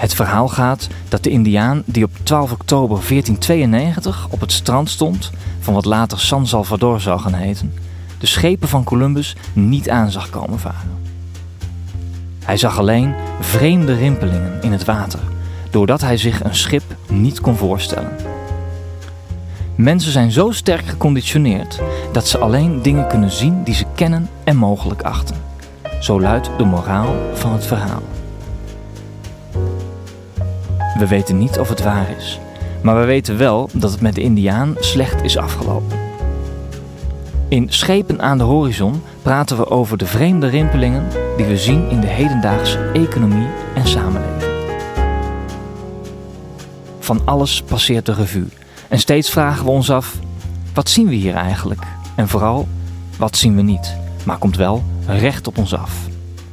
Het verhaal gaat dat de Indiaan die op 12 oktober 1492 op het strand stond van wat later San Salvador zou gaan heten, de schepen van Columbus niet aan zag komen varen. Hij zag alleen vreemde rimpelingen in het water, doordat hij zich een schip niet kon voorstellen. Mensen zijn zo sterk geconditioneerd dat ze alleen dingen kunnen zien die ze kennen en mogelijk achten. Zo luidt de moraal van het verhaal. We weten niet of het waar is, maar we weten wel dat het met de Indiaan slecht is afgelopen. In Schepen aan de horizon praten we over de vreemde rimpelingen die we zien in de hedendaagse economie en samenleving. Van alles passeert de revue en steeds vragen we ons af, wat zien we hier eigenlijk? En vooral, wat zien we niet, maar komt wel recht op ons af.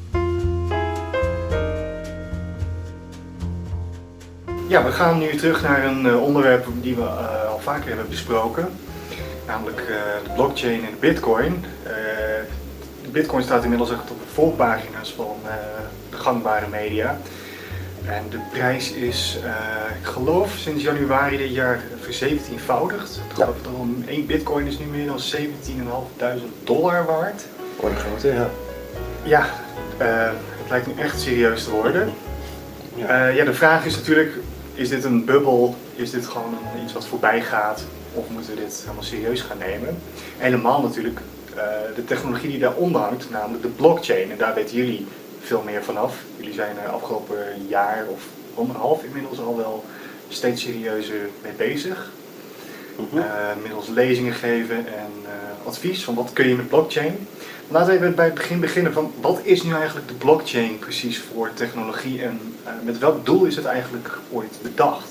Ja, we gaan nu terug naar een onderwerp die we al vaker hebben besproken. Namelijk de blockchain en de bitcoin. De bitcoin staat inmiddels echt op de voorpagina's van de gangbare media. En de prijs is, ik geloof, sinds januari dit jaar verzeventienvoudigd. Ik geloof dat 1 bitcoin is nu meer dan $17.500 waard. Wordt een grote, ja. Ja, het lijkt nu echt serieus te worden. Ja, de vraag is natuurlijk, is dit een bubbel? Is dit gewoon iets wat voorbij gaat? Of moeten we dit helemaal serieus gaan nemen? Helemaal natuurlijk de technologie die daaronder hangt, namelijk de blockchain. En daar weten jullie veel meer vanaf. Jullie zijn er afgelopen jaar of anderhalf inmiddels al wel steeds serieuzer mee bezig. Middels lezingen geven en advies van wat kun je met blockchain. Laten we even bij het begin beginnen van wat is nu eigenlijk de blockchain precies voor technologie en met welk doel is het eigenlijk ooit bedacht?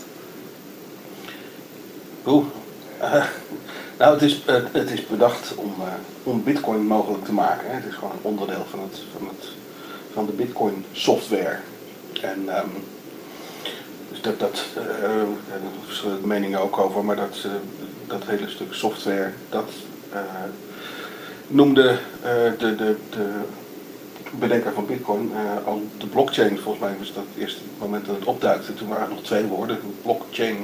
Nou, het is bedacht om bitcoin mogelijk te maken. Hè. Het is gewoon een onderdeel van de bitcoin software. En dus daar verschillende meningen ook over, maar dat hele stuk software, dat noemde de bedenker van bitcoin al de blockchain. Volgens mij was dat het eerste moment dat het opduikte. Toen waren er nog 2 woorden, blockchain.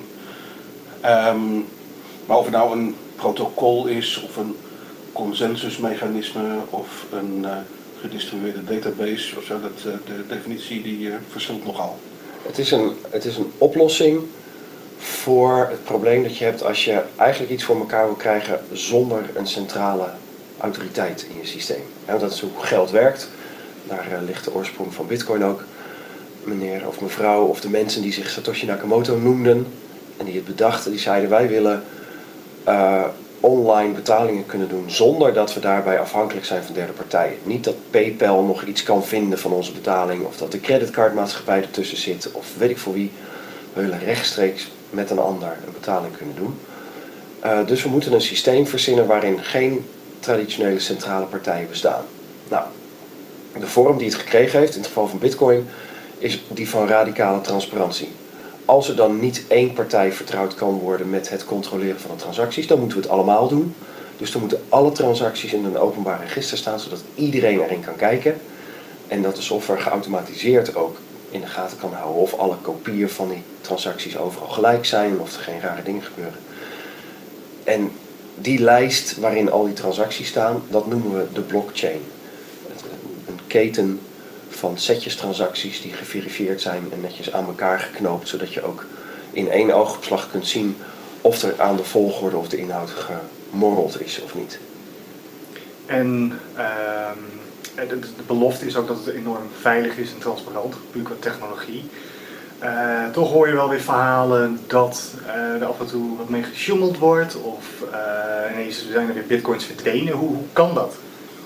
Maar of het nou een protocol is of een consensusmechanisme of een gedistribueerde database of zo, de definitie die verschilt nogal. Het is een oplossing voor het probleem dat je hebt als je eigenlijk iets voor elkaar wil krijgen zonder een centrale autoriteit in je systeem. Ja, dat is hoe geld werkt. Daar ligt de oorsprong van bitcoin ook. Meneer of mevrouw of de mensen die zich Satoshi Nakamoto noemden en die het bedachten, die zeiden wij willen online betalingen kunnen doen zonder dat we daarbij afhankelijk zijn van derde partijen. Niet dat PayPal nog iets kan vinden van onze betaling of dat de creditcardmaatschappij ertussen zit of weet ik voor wie. We willen rechtstreeks met een ander een betaling kunnen doen. Dus we moeten een systeem verzinnen waarin geen traditionele centrale partijen bestaan. Nou, de vorm die het gekregen heeft, in het geval van bitcoin, is die van radicale transparantie. Als er dan niet één partij vertrouwd kan worden met het controleren van de transacties, dan moeten we het allemaal doen. Dus dan moeten alle transacties in een openbaar register staan, zodat iedereen erin kan kijken. En dat de software geautomatiseerd ook in de gaten kan houden of alle kopieën van die transacties overal gelijk zijn, of er geen rare dingen gebeuren. En die lijst waarin al die transacties staan, dat noemen we de blockchain. Een keten van setjes transacties die geverifieerd zijn en netjes aan elkaar geknoopt, zodat je ook in één oogopslag kunt zien of er aan de volgorde of de inhoud gemorreld is of niet. En de belofte is ook dat het enorm veilig is en transparant, puur qua technologie. Toch hoor je wel weer verhalen dat er af en toe wat mee gesjoemeld wordt of ineens zijn er weer bitcoins verdwenen. Hoe kan dat?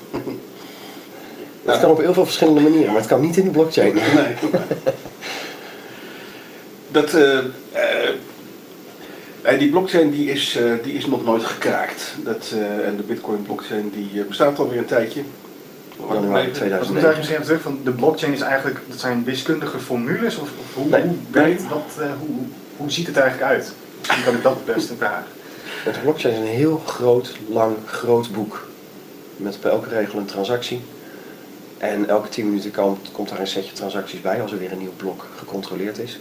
Het kan op heel veel verschillende manieren, maar het kan niet in de blockchain. Nee. Die blockchain die is nog nooit gekraakt. En de bitcoin blockchain die bestaat alweer een tijdje. Januari 2009. Wat moet eigenlijk misschien even terug van de blockchain is eigenlijk, dat zijn wiskundige formules of hoe ziet het eigenlijk uit? Misschien kan ik dat het beste vragen. De blockchain is een heel groot boek met bij elke regel een transactie. En elke 10 minuten komt daar een setje transacties bij als er weer een nieuw blok gecontroleerd is.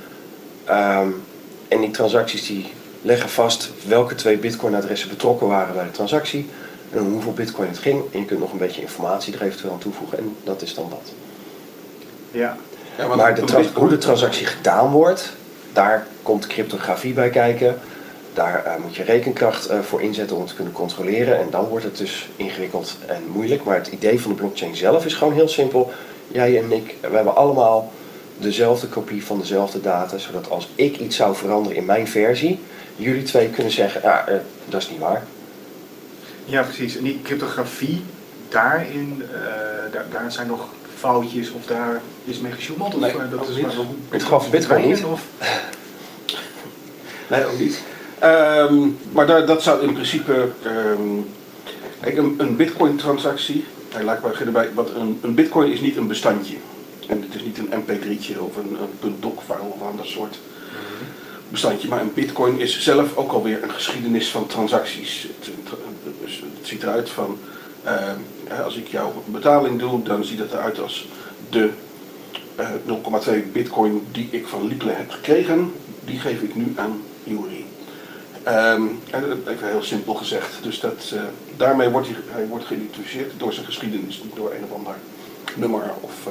En die transacties die leggen vast welke 2 Bitcoin-adressen betrokken waren bij de transactie. En om hoeveel Bitcoin het ging. En je kunt nog een beetje informatie er eventueel aan toevoegen. En dat is dan dat. Ja. Ja, Maar hoe de transactie gedaan wordt, daar komt cryptografie bij kijken. Daar moet je rekenkracht voor inzetten om het te kunnen controleren. En dan wordt het dus ingewikkeld en moeilijk. Maar het idee van de blockchain zelf is gewoon heel simpel. Jij en ik, we hebben allemaal dezelfde kopie van dezelfde data. Zodat als ik iets zou veranderen in mijn versie, jullie 2 kunnen zeggen, dat is niet waar. Ja, precies. En die cryptografie, daarin, daar zijn nog foutjes of daar is mee gesjoemeld? Nee, dat ook is niet. maar zo- In het geval van Bitcoin niet. Of? Nee, ook niet. Maar dat zou in principe... kijk, een bitcoin-transactie... laat ik maar beginnen bij... Een bitcoin is niet een bestandje. En het is niet een mp3'tje of een .doc-file of een ander soort bestandje. Maar een bitcoin is zelf ook alweer een geschiedenis van transacties. Het ziet eruit van... als ik jou een betaling doe, dan ziet het eruit als de 0,2 bitcoin die ik van Liple heb gekregen. Die geef ik nu aan Yuri. Even heel simpel gezegd. Dus daarmee wordt hij wordt geïdentificeerd door zijn geschiedenis, niet door een of ander nummer.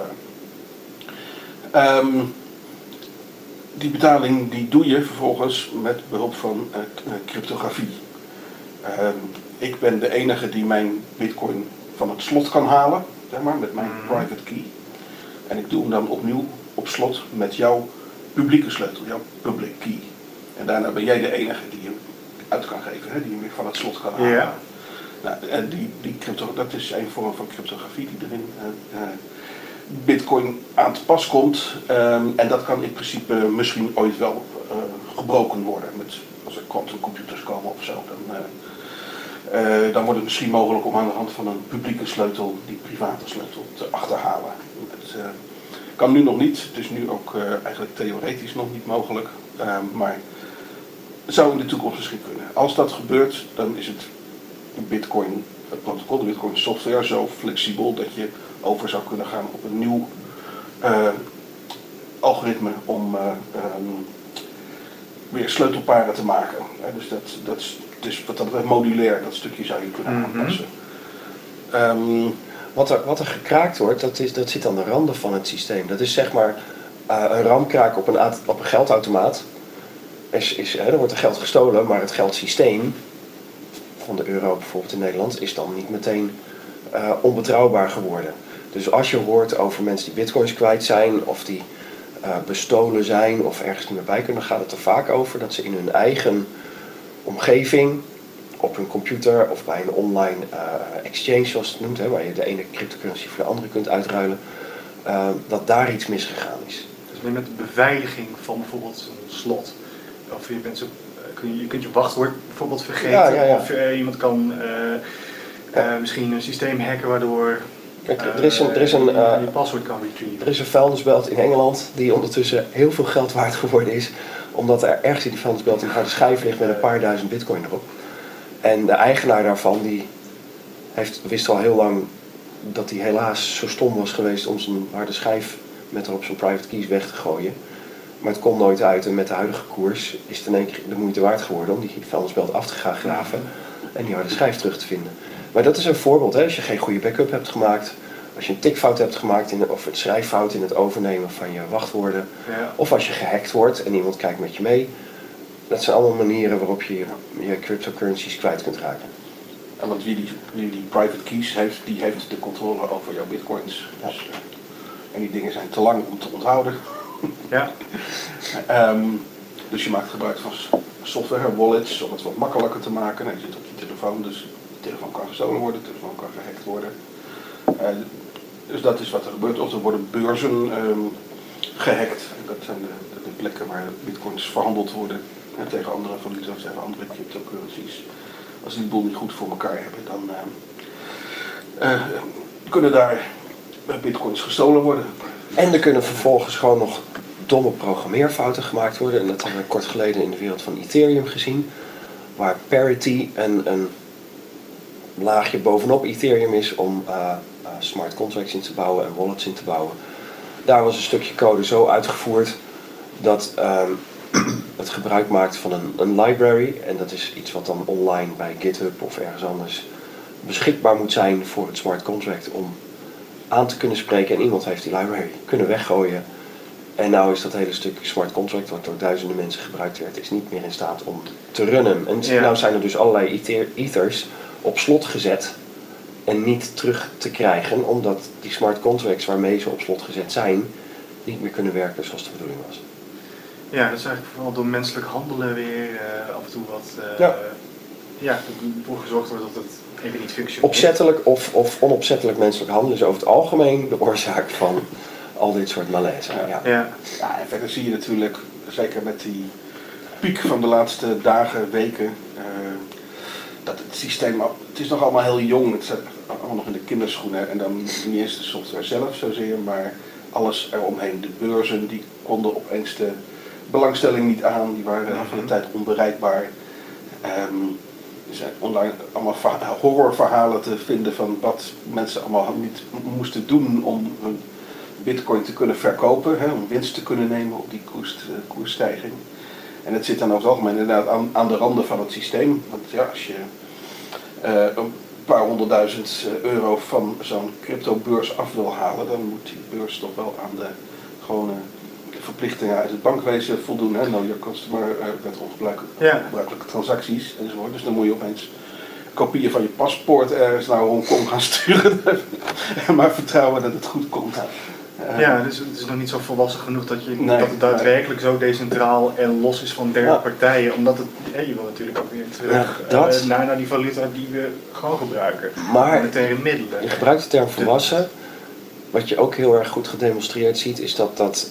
Die betaling die doe je vervolgens met behulp van cryptografie. Ik ben de enige die mijn bitcoin van het slot kan halen, zeg maar, met mijn private key. En ik doe hem dan opnieuw op slot met jouw publieke sleutel, jouw public key. En daarna ben jij de enige die hem uit kan geven, hè, die hem weer van het slot kan halen. Ja. Nou, en dat is een vorm van cryptografie die er in Bitcoin aan te pas komt. En dat kan in principe misschien ooit wel gebroken worden. Als er quantumcomputers komen of zo. Dan wordt het misschien mogelijk om aan de hand van een publieke sleutel die private sleutel te achterhalen. Het kan nu nog niet. Het is nu ook eigenlijk theoretisch nog niet mogelijk. Maar het zou in de toekomst misschien kunnen. Als dat gebeurt, dan is het protocol, de Bitcoin software, zo flexibel dat je over zou kunnen gaan op een nieuw algoritme om weer sleutelparen te maken. Dus dat is wat dat betreft modulair, dat stukje zou je kunnen aanpassen. Wat er gekraakt wordt, dat zit aan de randen van het systeem. Dat is zeg maar een ramkraak op een geldautomaat. Er wordt er geld gestolen, maar het geldsysteem van de euro bijvoorbeeld in Nederland is dan niet meteen onbetrouwbaar geworden. Dus als je hoort over mensen die bitcoins kwijt zijn of die bestolen zijn of ergens niet meer bij kunnen, dan gaat het er vaak over dat ze in hun eigen omgeving, op hun computer of bij een online exchange zoals het noemt, waar je de ene cryptocurrency voor de andere kunt uitruilen, dat daar iets misgegaan is. Dus met de beveiliging van bijvoorbeeld een slot. Of je kunt je wachtwoord bijvoorbeeld vergeten. Ja. Of iemand kan misschien een systeem hacken waardoor Kijk, er is je paswoord kan retrieven. Er is een vuilnisbelt in Engeland die ondertussen heel veel geld waard geworden is. Omdat er ergens in die vuilnisbelt een harde schijf ligt met een paar duizend bitcoin erop. En de eigenaar daarvan die wist al heel lang dat hij helaas zo stom was geweest om zijn harde schijf met erop zijn private keys weg te gooien. Maar het komt nooit uit en met de huidige koers is het in één keer de moeite waard geworden om die vuilnisbelt af te gaan graven en die harde schijf terug te vinden. Maar dat is een voorbeeld, hè? Als je geen goede backup hebt gemaakt, als je een tikfout hebt gemaakt of een schrijffout in het overnemen van je wachtwoorden, of als je gehackt wordt en iemand kijkt met je mee. Dat zijn allemaal manieren waarop je je cryptocurrencies kwijt kunt raken. En want wie die private keys heeft, die heeft de controle over jouw bitcoins. Dus, en die dingen zijn te lang om te onthouden. Ja. Dus je maakt gebruik van software, wallets, om het wat makkelijker te maken. Je zit op je telefoon, dus de telefoon kan gestolen worden, de telefoon kan gehackt worden. Dus dat is wat er gebeurt. Of er worden beurzen gehackt. En dat zijn de plekken waar bitcoins verhandeld worden tegen andere valuta of tegen andere cryptocurrencies. Als die boel niet goed voor elkaar hebben, dan kunnen daar bitcoins gestolen worden. En er kunnen vervolgens gewoon nog domme programmeerfouten gemaakt worden. En dat hebben we kort geleden in de wereld van Ethereum gezien. Waar parity een laagje bovenop Ethereum is om smart contracts in te bouwen en wallets in te bouwen. Daar was een stukje code zo uitgevoerd dat het gebruik maakt van een library. En dat is iets wat dan online bij GitHub of ergens anders beschikbaar moet zijn voor het smart contract om aan te kunnen spreken. En iemand heeft die library kunnen weggooien. En nou is dat hele stuk smart contract, wat door duizenden mensen gebruikt werd, is niet meer in staat om te runnen. En nou zijn er dus allerlei ethers op slot gezet en niet terug te krijgen, omdat die smart contracts waarmee ze op slot gezet zijn, niet meer kunnen werken zoals de bedoeling was. Ja, dat is eigenlijk vooral door menselijk handelen weer af en toe wat ervoor gezorgd wordt dat het even niet functioneert. Opzettelijk of onopzettelijk menselijk handelen is over het algemeen de oorzaak van al dit soort malaise. Ja, en verder zie je natuurlijk, zeker met die piek van de laatste dagen, weken, dat het systeem, het is nog allemaal heel jong, het staat allemaal nog in de kinderschoenen en dan niet eens de software zelf zozeer, maar alles eromheen. De beurzen, die konden opeens de belangstelling niet aan, die waren de helft van de tijd onbereikbaar. Er zijn online allemaal horrorverhalen te vinden van wat mensen allemaal niet moesten doen om hun bitcoin te kunnen verkopen, om winst te kunnen nemen op die koersstijging. En het zit dan over het algemeen inderdaad aan de randen van het systeem. Want ja, als je een paar honderdduizend euro van zo'n cryptobeurs af wil halen, dan moet die beurs toch wel aan de gewone verplichtingen uit het bankwezen voldoen. Know your customer, met ongebruikelijke transacties enzovoort. Dus dan moet je opeens kopieën van je paspoort ergens naar Hongkong gaan sturen. Maar vertrouwen dat het goed komt. Dus het is nog niet zo volwassen genoeg dat het daadwerkelijk zo decentraal en los is van derde partijen. Omdat je wil natuurlijk ook weer terug naar die valuta die we gewoon gebruiken. Maar monetaire middelen. Je gebruikt de term volwassen. Wat je ook heel erg goed gedemonstreerd ziet is dat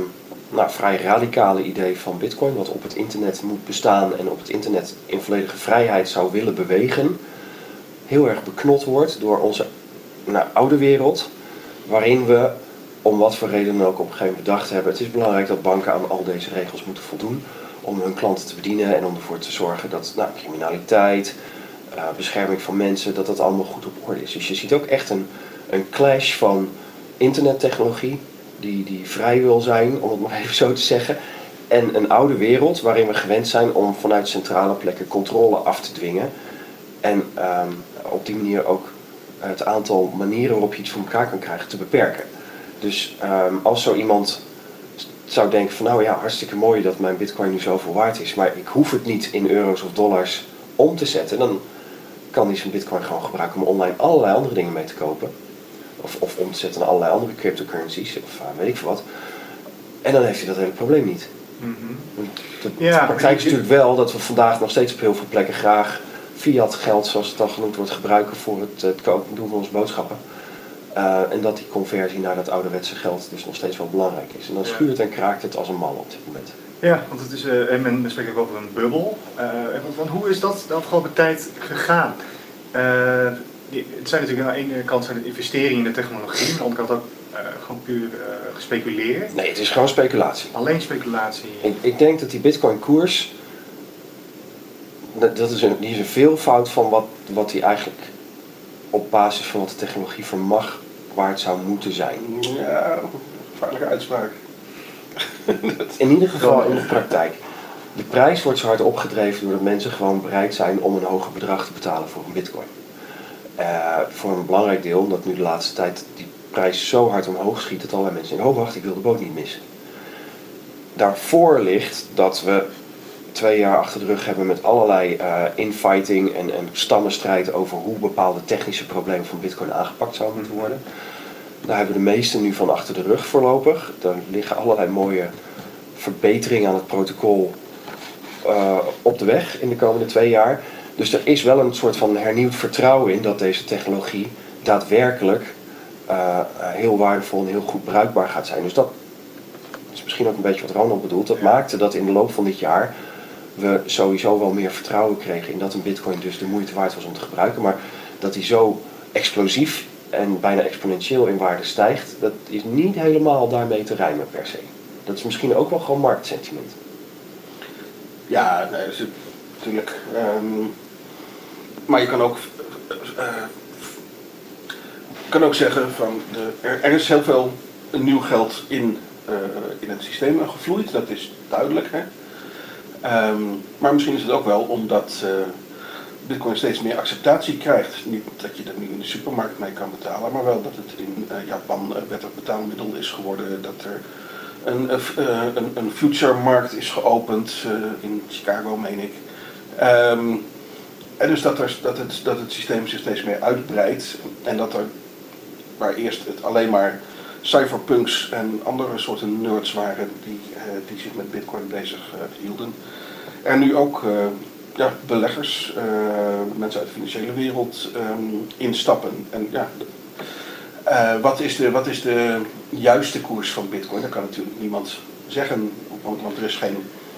vrij radicale idee van bitcoin, wat op het internet moet bestaan en op het internet in volledige vrijheid zou willen bewegen, heel erg beknot wordt door onze oude wereld, waarin we om wat voor reden dan ook op een gegeven moment bedacht hebben, het is belangrijk dat banken aan al deze regels moeten voldoen om hun klanten te bedienen en om ervoor te zorgen dat criminaliteit, bescherming van mensen, dat dat allemaal goed op orde is. Dus je ziet ook echt een clash van internettechnologie die vrij wil zijn, om het maar even zo te zeggen, en een oude wereld waarin we gewend zijn om vanuit centrale plekken controle af te dwingen en op die manier ook het aantal manieren waarop je iets voor elkaar kan krijgen te beperken. Dus als zo iemand zou denken van hartstikke mooi dat mijn bitcoin nu zoveel waard is, maar ik hoef het niet in euro's of dollars om te zetten, dan kan hij zijn bitcoin gewoon gebruiken om online allerlei andere dingen mee te kopen. Of om te zetten naar allerlei andere cryptocurrencies of weet ik veel wat. En dan heeft hij dat hele probleem niet. Mm-hmm. De praktijk is natuurlijk wel dat we vandaag nog steeds op heel veel plekken graag fiat geld, zoals het dan genoemd wordt, gebruiken voor het doen van onze boodschappen. En dat die conversie naar dat ouderwetse geld dus nog steeds wel belangrijk is. En dan schuurt en kraakt het als een mal op dit moment. Ja, want het is, men spreekt ook over een bubbel. Want hoe is dat de afgelopen tijd gegaan? Het zijn natuurlijk aan de ene kant zijn het investeringen in de technologie, aan de andere kant ook gewoon puur gespeculeerd. Nee, het is gewoon speculatie. Alleen speculatie. Ik denk dat die bitcoin koers, die is een veelvoud van wat die eigenlijk op basis van wat de technologie vermag waard zou moeten zijn. Ja, gevaarlijke uitspraak. In ieder geval in de praktijk. De prijs wordt zo hard opgedreven doordat mensen gewoon bereid zijn om een hoger bedrag te betalen voor een bitcoin. Voor een belangrijk deel, omdat nu de laatste tijd die prijs zo hard omhoog schiet dat allerlei mensen denken, wacht, ik wil de boot niet missen. Daarvoor ligt dat we 2 jaar achter de rug hebben met allerlei infighting en stammenstrijd over hoe bepaalde technische problemen van bitcoin aangepakt zouden moeten worden. Daar hebben we de meeste nu van achter de rug voorlopig. Er liggen allerlei mooie verbeteringen aan het protocol op de weg in de komende 2 jaar. Dus er is wel een soort van hernieuwd vertrouwen in dat deze technologie daadwerkelijk heel waardevol en heel goed bruikbaar gaat zijn. Dus dat is misschien ook een beetje wat Ronald bedoelt. Dat maakte dat in de loop van dit jaar we sowieso wel meer vertrouwen kregen in dat een bitcoin dus de moeite waard was om te gebruiken. Maar dat die zo explosief en bijna exponentieel in waarde stijgt, dat is niet helemaal daarmee te rijmen per se. Dat is misschien ook wel gewoon marktsentiment. Ja, nee, dat is natuurlijk. Maar je kan ook kan ook zeggen van er is heel veel nieuw geld in het systeem gevloeid, dat is duidelijk. Hè? Maar misschien is het ook wel omdat Bitcoin steeds meer acceptatie krijgt. Niet dat je er nu in de supermarkt mee kan betalen, maar wel dat het in Japan wettig betaalmiddel is geworden. Dat er een future markt is geopend in Chicago, meen ik. En dus dat het systeem zich steeds meer uitbreidt en dat er, waar eerst het alleen maar cypherpunks en andere soorten nerds waren die zich met Bitcoin bezig hielden, er nu ook beleggers, mensen uit de financiële wereld instappen. En wat is de juiste koers van Bitcoin? Dat kan natuurlijk niemand zeggen, want er is geen...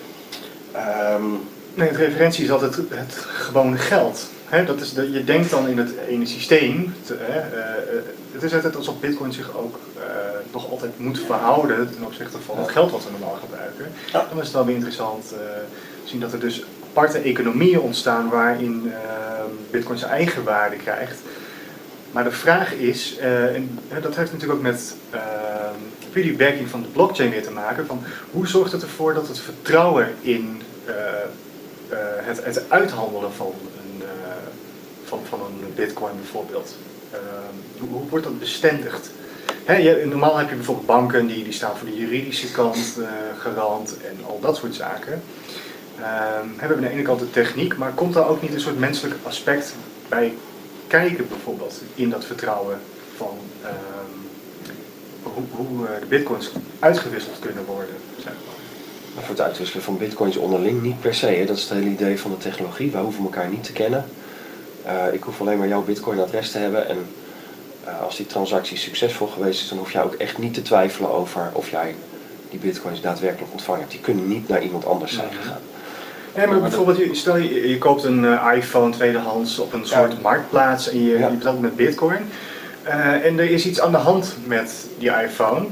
Nee, de referentie is altijd het gewone geld. Dat is je denkt dan in het ene systeem. Het is altijd alsof Bitcoin zich ook nog altijd moet verhouden ten opzichte van het geld wat we normaal gebruiken. Ja. Dan is het wel weer interessant te zien dat er dus aparte economieën ontstaan waarin Bitcoin zijn eigen waarde krijgt. Maar de vraag is, en dat heeft natuurlijk ook met die werking van de blockchain weer te maken, van hoe zorgt het ervoor dat het vertrouwen in het uithandelen van een bitcoin bijvoorbeeld, hoe wordt dat bestendigd? Normaal heb je bijvoorbeeld banken die staan voor de juridische kant, garant en al dat soort zaken. We hebben aan de ene kant de techniek, maar komt daar ook niet een soort menselijk aspect bij kijken bijvoorbeeld in dat vertrouwen van hoe de bitcoins uitgewisseld kunnen worden? Zeg maar. Voor het uitwisselen van bitcoins onderling niet per se. Hè. Dat is het hele idee van de technologie. Wij hoeven elkaar niet te kennen. Ik hoef alleen maar jouw bitcoin-adres te hebben. En als die transactie succesvol geweest is, dan hoef jij ook echt niet te twijfelen over of jij die bitcoins daadwerkelijk ontvangen hebt. Die kunnen niet naar iemand anders zijn gegaan. Ja, maar bijvoorbeeld, stel je koopt een iPhone tweedehands op een soort marktplaats en je betaalt met bitcoin. En er is iets aan de hand met die iPhone.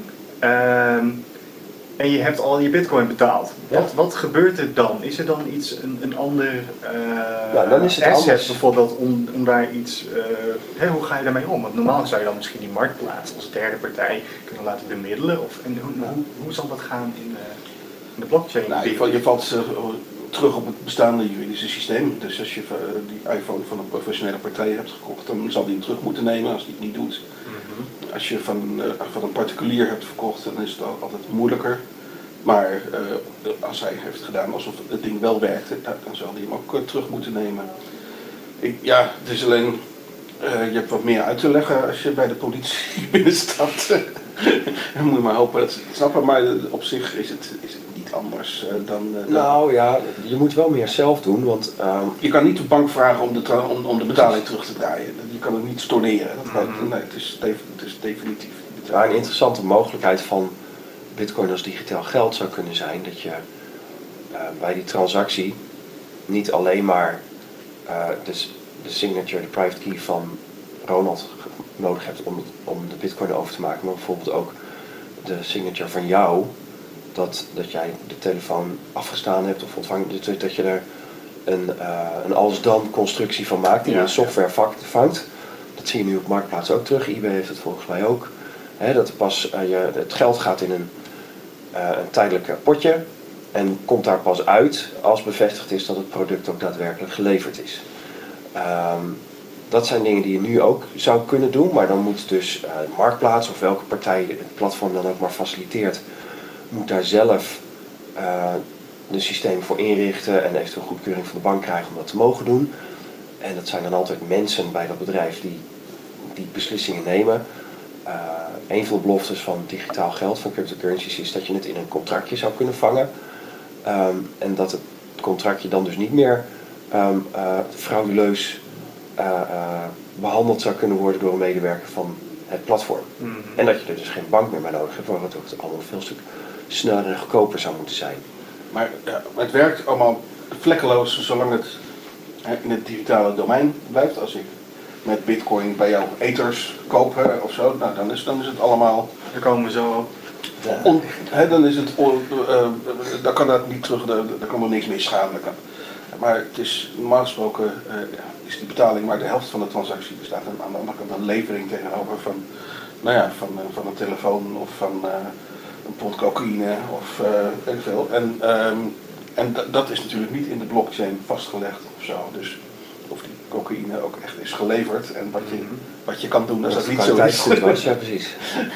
En je hebt al je bitcoin betaald. Ja. Wat gebeurt er dan? Is er dan iets, een ander dan is het asset anders. bijvoorbeeld om daar iets... hoe ga je daarmee om? Want normaal zou je dan misschien die marktplaats als derde partij kunnen laten bemiddelen. Hoe zal dat gaan in de blockchain? Nou, je valt terug op het bestaande juridische systeem. Dus als je die iPhone van een professionele partij hebt gekocht, dan zal die hem terug moeten nemen als die het niet doet. Mm-hmm. Als je van een particulier hebt verkocht, dan is het altijd moeilijker. Maar als hij heeft gedaan alsof het ding wel werkte, dan zal hij hem ook terug moeten nemen. Het is alleen, je hebt wat meer uit te leggen als je bij de politie binnenstapt. Dan moet je maar hopen dat ze het snappen, maar op zich is het niet anders dan... je moet wel meer zelf doen, want... Je kan niet de bank vragen om de betaling terug te draaien. Je kan het niet storneren. Nee, het is definitief. Maar een interessante mogelijkheid van Bitcoin als digitaal geld zou kunnen zijn dat je bij die transactie niet alleen maar de signature, de private key van Ronald nodig hebt om de Bitcoin over te maken, maar bijvoorbeeld ook de signature van jou, dat jij de telefoon afgestaan hebt of ontvangen, dat je er een als-dan constructie van maakt die in software vangt. Dat zie je nu op Marktplaats ook terug, eBay heeft het volgens mij ook. Dat het geld gaat in een tijdelijk potje en komt daar pas uit als bevestigd is dat het product ook daadwerkelijk geleverd is. Dat zijn dingen die je nu ook zou kunnen doen, maar dan moet dus Marktplaats of welke partij het platform dan ook maar faciliteert, moet daar zelf een systeem voor inrichten en eventueel goedkeuring van de bank krijgen om dat te mogen doen. En dat zijn dan altijd mensen bij dat bedrijf die beslissingen nemen. Een van de beloftes van digitaal geld, van cryptocurrencies, is dat je het in een contractje zou kunnen vangen. En dat het contractje dan dus niet meer frauduleus behandeld zou kunnen worden door een medewerker van het platform. Mm-hmm. En dat je er dus geen bank meer bij nodig hebt, waar het ook allemaal veel stuk sneller en goedkoper zou moeten zijn. Maar het werkt allemaal vlekkeloos zolang het in het digitale domein blijft. Als ik met bitcoin bij jou ethers koop of zo, nou, dan is het allemaal... Daar komen we zo op. Dan is het... dan kan dat niet terug, daar kan er niks misgaan. Maar het is normaal gesproken is die betaling maar de helft van de transactie. Er staat aan de andere kant een levering tegenover van, van een telefoon of van een pond cocaïne of weet ik veel. En dat is natuurlijk niet in de blockchain vastgelegd of zo. Dus of die cocaïne ook echt is geleverd en wat je kan doen als dat niet zo is. Goed was, ja precies.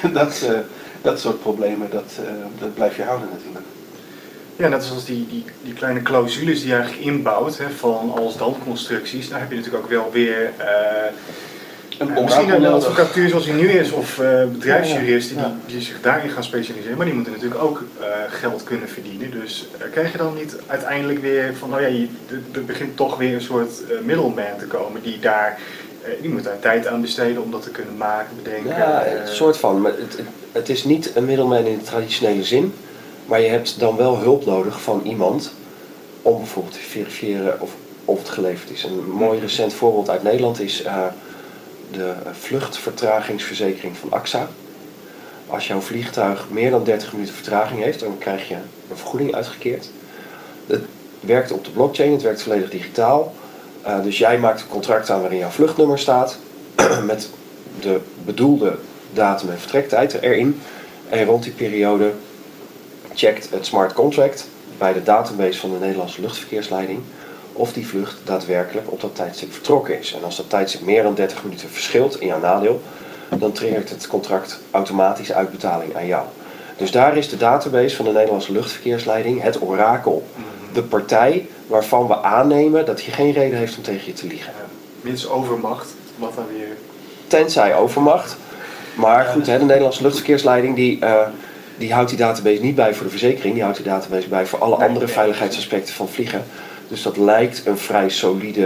Dat soort problemen, dat blijf je houden natuurlijk. Ja, net zoals die kleine clausules die je eigenlijk inbouwt, hè, van als dan constructies, daar heb je natuurlijk ook wel weer misschien een advocatuur zoals die nu is, of bedrijfsjuristen die zich daarin gaan specialiseren, maar die moeten natuurlijk ook geld kunnen verdienen. Dus krijg je dan niet uiteindelijk weer van, er begint toch weer een soort middleman te komen die moet daar tijd aan besteden om dat te kunnen maken, bedenken. Ja, een soort van, maar het is niet een middleman in de traditionele zin. Maar je hebt dan wel hulp nodig van iemand om bijvoorbeeld te verifiëren of het geleverd is. Een mooi recent voorbeeld uit Nederland is de vluchtvertragingsverzekering van AXA. Als jouw vliegtuig meer dan 30 minuten vertraging heeft, dan krijg je een vergoeding uitgekeerd. Het werkt op de blockchain, het werkt volledig digitaal. Dus jij maakt een contract aan waarin jouw vluchtnummer staat met de bedoelde datum en vertrektijd erin. En rond die periode checkt het smart contract bij de database van de Nederlandse luchtverkeersleiding of die vlucht daadwerkelijk op dat tijdstip vertrokken is. En als dat tijdstip meer dan 30 minuten verschilt in jouw nadeel, dan triggert het contract automatisch uitbetaling aan jou. Dus daar is de database van de Nederlandse luchtverkeersleiding het orakel. De partij waarvan we aannemen dat hij geen reden heeft om tegen je te liegen. Mits overmacht, wat dan weer... Tenzij overmacht. Maar goed, de Nederlandse luchtverkeersleiding die houdt die database niet bij voor de verzekering. Die houdt die database bij voor alle andere veiligheidsaspecten van vliegen. Dus dat lijkt een vrij solide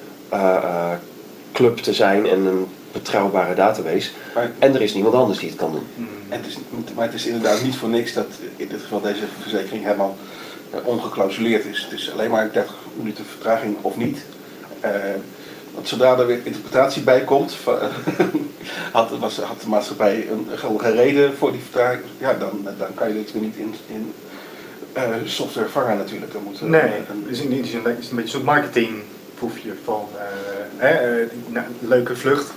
club te zijn en een betrouwbare database. En er is niemand anders die het kan doen. Maar het is inderdaad niet voor niks dat in dit geval deze verzekering helemaal ongeclausuleerd is. Het is alleen maar 30 minuten vertraging of niet. Want zodra er weer interpretatie bij komt, had de maatschappij een geldige reden voor die vertraging, dan kan je dit weer niet in software vangen natuurlijk. Dus in die zin is het een beetje zo'n marketingproefje van leuke vlucht.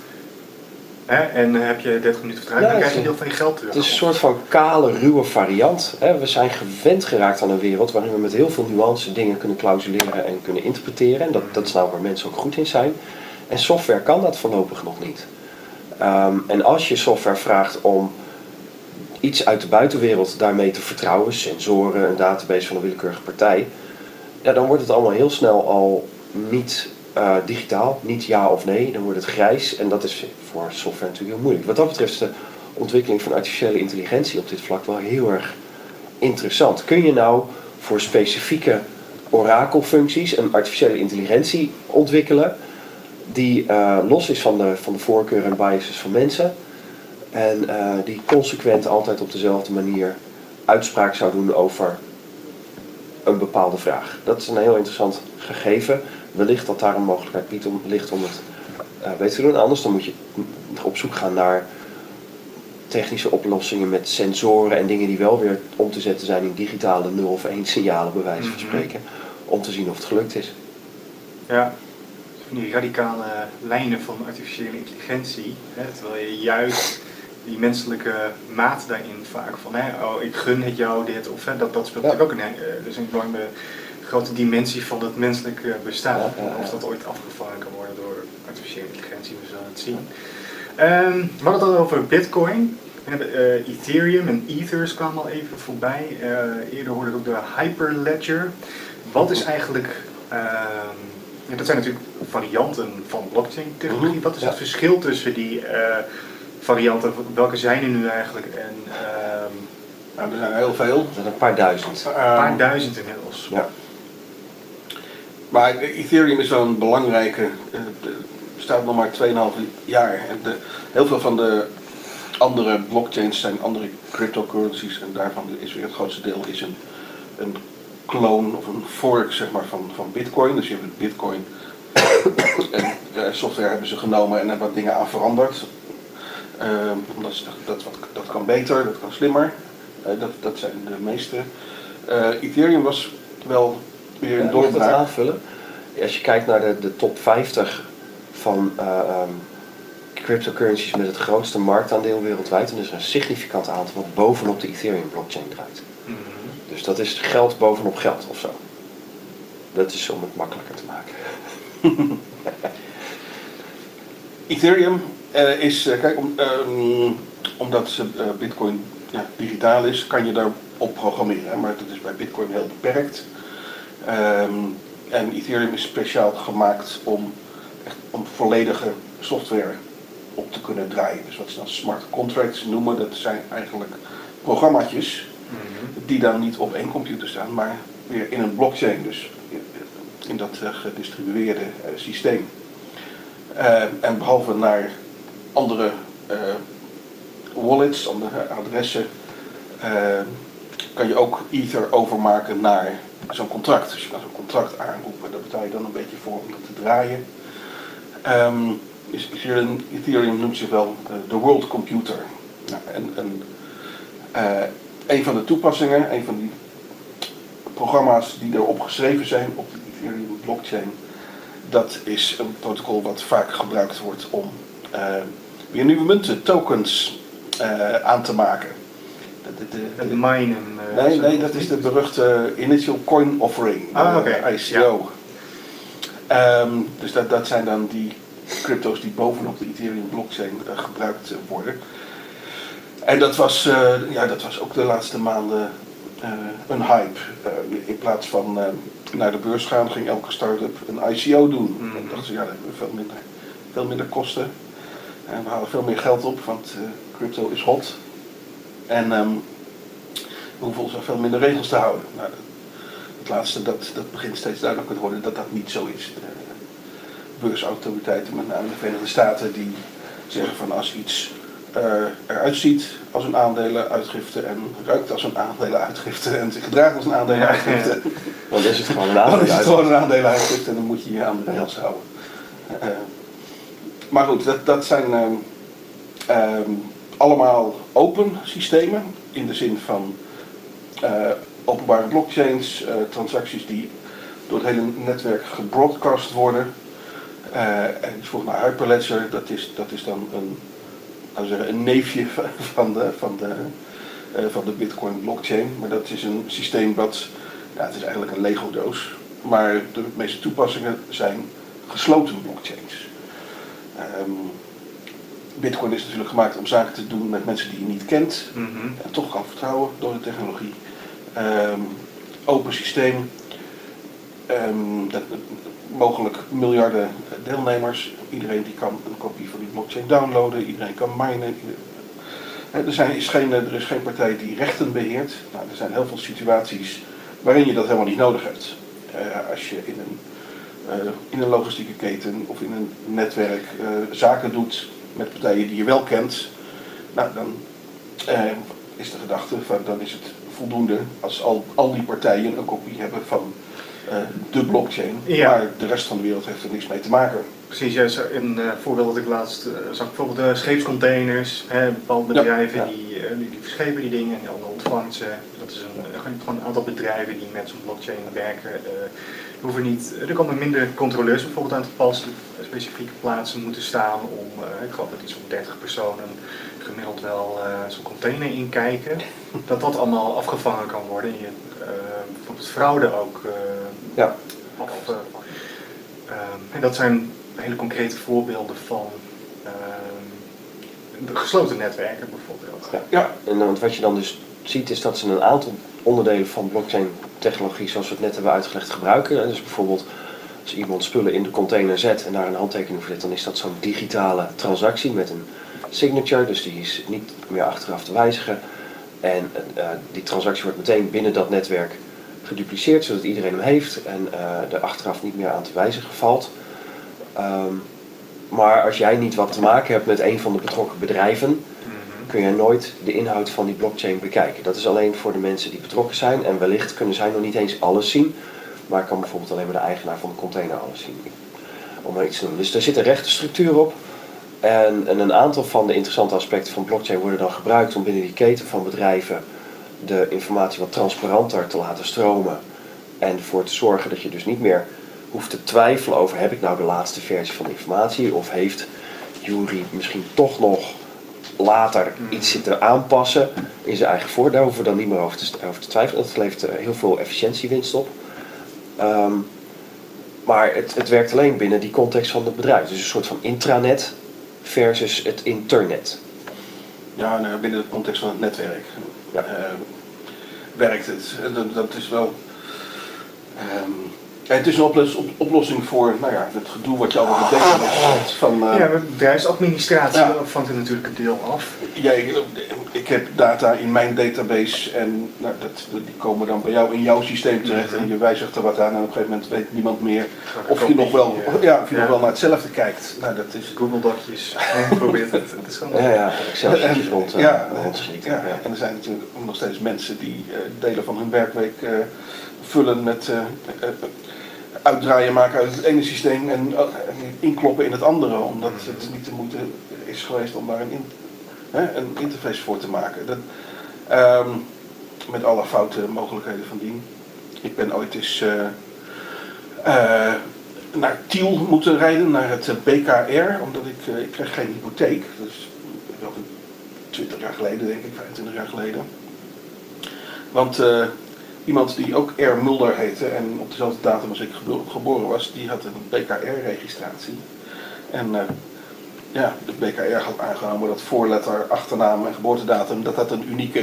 En heb je 30 minuten vertraging, dan krijg je een deel van je geld terug. Het is een soort van kale, ruwe variant. We zijn gewend geraakt aan een wereld waarin we met heel veel nuance dingen kunnen clausuleren en kunnen interpreteren. En dat is nou waar mensen ook goed in zijn. En software kan dat voorlopig nog niet. En als je software vraagt om iets uit de buitenwereld daarmee te vertrouwen, sensoren, een database van een willekeurige partij, dan wordt het allemaal heel snel al niet digitaal, niet ja of nee, dan wordt het grijs en dat is voor software natuurlijk heel moeilijk. Wat dat betreft is de ontwikkeling van artificiële intelligentie op dit vlak wel heel erg interessant. Kun je nou voor specifieke orakelfuncties een artificiële intelligentie ontwikkelen die los is van de voorkeuren en biases van mensen en die consequent altijd op dezelfde manier uitspraak zou doen over een bepaalde vraag. Dat is een heel interessant gegeven. Wellicht dat daar een mogelijkheid ligt om het beter te doen. Anders dan moet je op zoek gaan naar technische oplossingen met sensoren en dingen die wel weer om te zetten zijn in digitale 0 of 1 signalen, bij wijze van spreken, om te zien of het gelukt is. Ja, die radicale lijnen van artificiële intelligentie, terwijl je juist die menselijke maat daarin vaak van, ik gun het jou dit, of dat speelt natuurlijk ook een enorme grote dimensie van het menselijke bestaan. Of dat ooit afgevangen kan worden door artificiële intelligentie, we zullen het zien. We hadden het al over Bitcoin. Ethereum en Ethers kwamen al even voorbij. Eerder hoorde ik ook de Hyperledger. Wat is eigenlijk... dat zijn natuurlijk varianten van blockchain technologie. Wat is het verschil tussen die varianten? Welke zijn er nu eigenlijk? Er zijn heel veel. Er zijn een paar duizend. Een paar duizend inmiddels. Ja. Maar Ethereum is wel een belangrijke, bestaat nog maar 2,5 jaar. En heel veel van de andere blockchains zijn andere cryptocurrencies en daarvan is weer het grootste deel is een clone of een fork zeg maar, van Bitcoin. Dus je hebt Bitcoin en software hebben ze genomen en er wat dingen aan veranderd. Omdat ze dachten, dat kan beter, dat kan slimmer. Dat zijn de meeste. Ethereum was wel weer een doorbraak. Aanvullen. als je kijkt naar de top 50 van cryptocurrencies met het grootste marktaandeel wereldwijd, dan is er een significant aantal wat bovenop de Ethereum blockchain draait. Mhm. Dus dat is geld bovenop geld of zo. Dat is om het makkelijker te maken. Ethereum is, omdat Bitcoin digitaal is, kan je daarop programmeren. Hè? Maar dat is bij Bitcoin heel beperkt. En Ethereum is speciaal gemaakt om volledige software op te kunnen draaien. Dus wat ze dan smart contracts noemen, dat zijn eigenlijk programmaatjes die dan niet op één computer staan, maar weer in een blockchain, dus in dat gedistribueerde systeem. En behalve naar andere wallets, andere adressen, kan je ook Ether overmaken naar zo'n contract. Dus je kan zo'n contract aanroepen, daar betaal je dan een beetje voor om dat te draaien. Ethereum noemt zich wel de world computer. Nou, een van de toepassingen, een van die programma's die erop geschreven zijn op de Ethereum blockchain, dat is een protocol wat vaak gebruikt wordt om weer nieuwe munten, tokens aan te maken. Het minen. Nee, dat is de beruchte Initial Coin Offering, ICO. Ja. Dus dat zijn dan die crypto's die bovenop de Ethereum blockchain gebruikt worden. En dat was ook de laatste maanden een hype. In plaats van naar de beurs gaan, ging elke start-up een ICO doen. En dachten ze, dat hebben we veel minder kosten. En we halen veel meer geld op, want crypto is hot. En we hoeven veel minder regels te houden. Nou, het laatste, dat begint steeds duidelijker te worden dat dat niet zo is. De beursautoriteiten, met name de Verenigde Staten, die zeggen van als iets eruit ziet als een aandelenuitgifte en ruikt als een aandelenuitgifte en zich gedraagt als een aandelenuitgifte, dan is het gewoon een aandelenuitgifte en dan moet je je aan de regels houden. Maar goed, dat zijn allemaal open systemen in de zin van openbare blockchains, transacties die door het hele netwerk gebroadcast worden. En je vroeg naar Hyperledger, dat is dan een neefje van de Bitcoin blockchain. Maar dat is een systeem het is eigenlijk een Lego-doos. Maar de meeste toepassingen zijn gesloten blockchains. Bitcoin is natuurlijk gemaakt om zaken te doen met mensen die je niet kent. En toch kan vertrouwen door de technologie. Open systeem. Mogelijk miljarden deelnemers. Iedereen die kan een kopie van die blockchain downloaden. Iedereen kan minen. Er is geen partij die rechten beheert. Nou, er zijn heel veel situaties waarin je dat helemaal niet nodig hebt. Als je in een logistieke keten of in een netwerk zaken doet met partijen die je wel kent, nou, dan is de gedachte van dan is het voldoende als al die partijen een kopie hebben van de blockchain, maar de rest van de wereld heeft er niks mee te maken. Precies, juist een voorbeeld dat ik laatst zag, bijvoorbeeld scheepscontainers, bepaalde bedrijven die verschepen die dingen en die anderen ontvangen ze. Dat is gewoon een aantal bedrijven die met zo'n blockchain werken. Er komen minder controleurs bijvoorbeeld aan te pas, specifieke plaatsen moeten staan om, ik geloof dat iets van 30 personen gemiddeld wel zo'n container inkijken. Dat allemaal afgevangen kan worden. Bijvoorbeeld fraude ook. En dat zijn hele concrete voorbeelden van de gesloten netwerken bijvoorbeeld. Ja, en wat je dan dus ziet is dat ze een aantal onderdelen van blockchain technologie zoals we het net hebben uitgelegd gebruiken. Dus bijvoorbeeld als iemand spullen in de container zet en daar een handtekening voor zet, dan is dat zo'n digitale transactie met een signature, dus die is niet meer achteraf te wijzigen. En die transactie wordt meteen binnen dat netwerk gedupliceerd, zodat iedereen hem heeft en er achteraf niet meer aan te wijzigen valt. Maar als jij niet wat te maken hebt met een van de betrokken bedrijven, kun je nooit de inhoud van die blockchain bekijken. Dat is alleen voor de mensen die betrokken zijn en wellicht kunnen zij nog niet eens alles zien, maar kan bijvoorbeeld alleen maar de eigenaar van de container alles zien. Om maar iets te doen. Dus er zit een rechtenstructuur op en een aantal van de interessante aspecten van blockchain worden dan gebruikt om binnen die keten van bedrijven de informatie wat transparanter te laten stromen en ervoor te zorgen dat je dus niet meer hoeft te twijfelen over heb ik nou de laatste versie van de informatie of heeft Jury misschien toch nog later iets zitten aanpassen in zijn eigen voordeel. Daar hoeven we dan niet meer over te twijfelen. Dat levert heel veel efficiëntiewinst op. Maar het werkt alleen binnen die context van het bedrijf. Dus een soort van intranet versus het internet. Ja, binnen de context van het netwerk werkt het. Dat is wel... het is een oplossing voor het gedoe wat je altijd bedenkt. Met bedrijfsadministratie vangt er natuurlijk een deel af. Ja, ik heb data in mijn database en die komen dan bij jou in jouw systeem terecht en je wijzigt er wat aan en op een gegeven moment weet niemand meer of je nog wel naar hetzelfde kijkt. Nou, dat is Google Docjes. Probeert het. Het is gewoon... Excel-sheetjes rond. En er zijn natuurlijk nog steeds mensen die delen van hun werkweek vullen met uitdraaien maken uit het ene systeem en inkloppen in het andere, omdat het niet de moeite is geweest om daar een interface voor te maken. Met alle foute mogelijkheden van dien. Ik ben ooit eens naar Tiel moeten rijden, naar het BKR, omdat ik kreeg geen hypotheek. Dat is wel 20 jaar geleden, denk ik, 25 jaar geleden. Want iemand die ook R. Mulder heette en op dezelfde datum als ik geboren was, die had een BKR-registratie. En de BKR had aangenomen dat voorletter, achternaam en geboortedatum, dat een unieke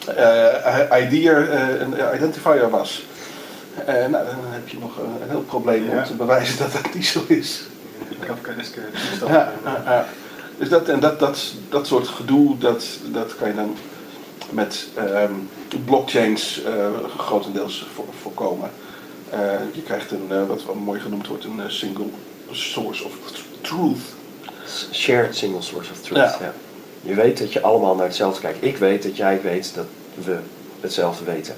een identifier was. Dan heb je nog een heel probleem om te bewijzen dat dat niet zo is. Kafkaeske Dus dat soort gedoe, dat kan je dan met blockchains grotendeels voorkomen. Je krijgt wat wel mooi genoemd wordt, een single source of truth. Shared single source of truth. Ja. Je weet dat je allemaal naar hetzelfde kijkt. Ik weet dat jij weet dat we hetzelfde weten.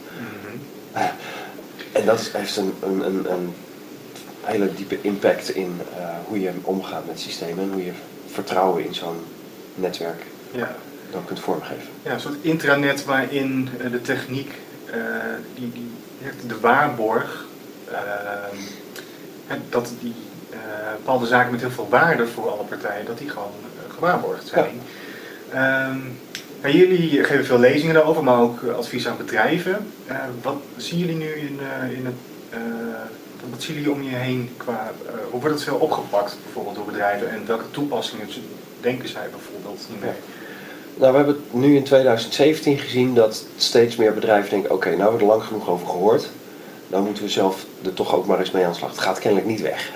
En dat heeft een hele diepe impact in hoe je omgaat met systemen en hoe je vertrouwen in zo'n netwerk dan kunt vormgeven. Ja, een soort intranet waarin de techniek, de waarborg, dat die bepaalde zaken met heel veel waarde voor alle partijen, dat die gewoon gewaarborgd zijn. Ja. Jullie geven veel lezingen daarover, maar ook advies aan bedrijven. Wat zien jullie nu in het... wat zien jullie om je heen qua... hoe wordt het veel opgepakt bijvoorbeeld door bedrijven en welke toepassingen denken zij bijvoorbeeld hiermee? Nou, we hebben het nu in 2017 gezien dat steeds meer bedrijven denken, oké, nou hebben we er lang genoeg over gehoord. Dan moeten we zelf er toch ook maar eens mee aan de slag. Het gaat kennelijk niet weg.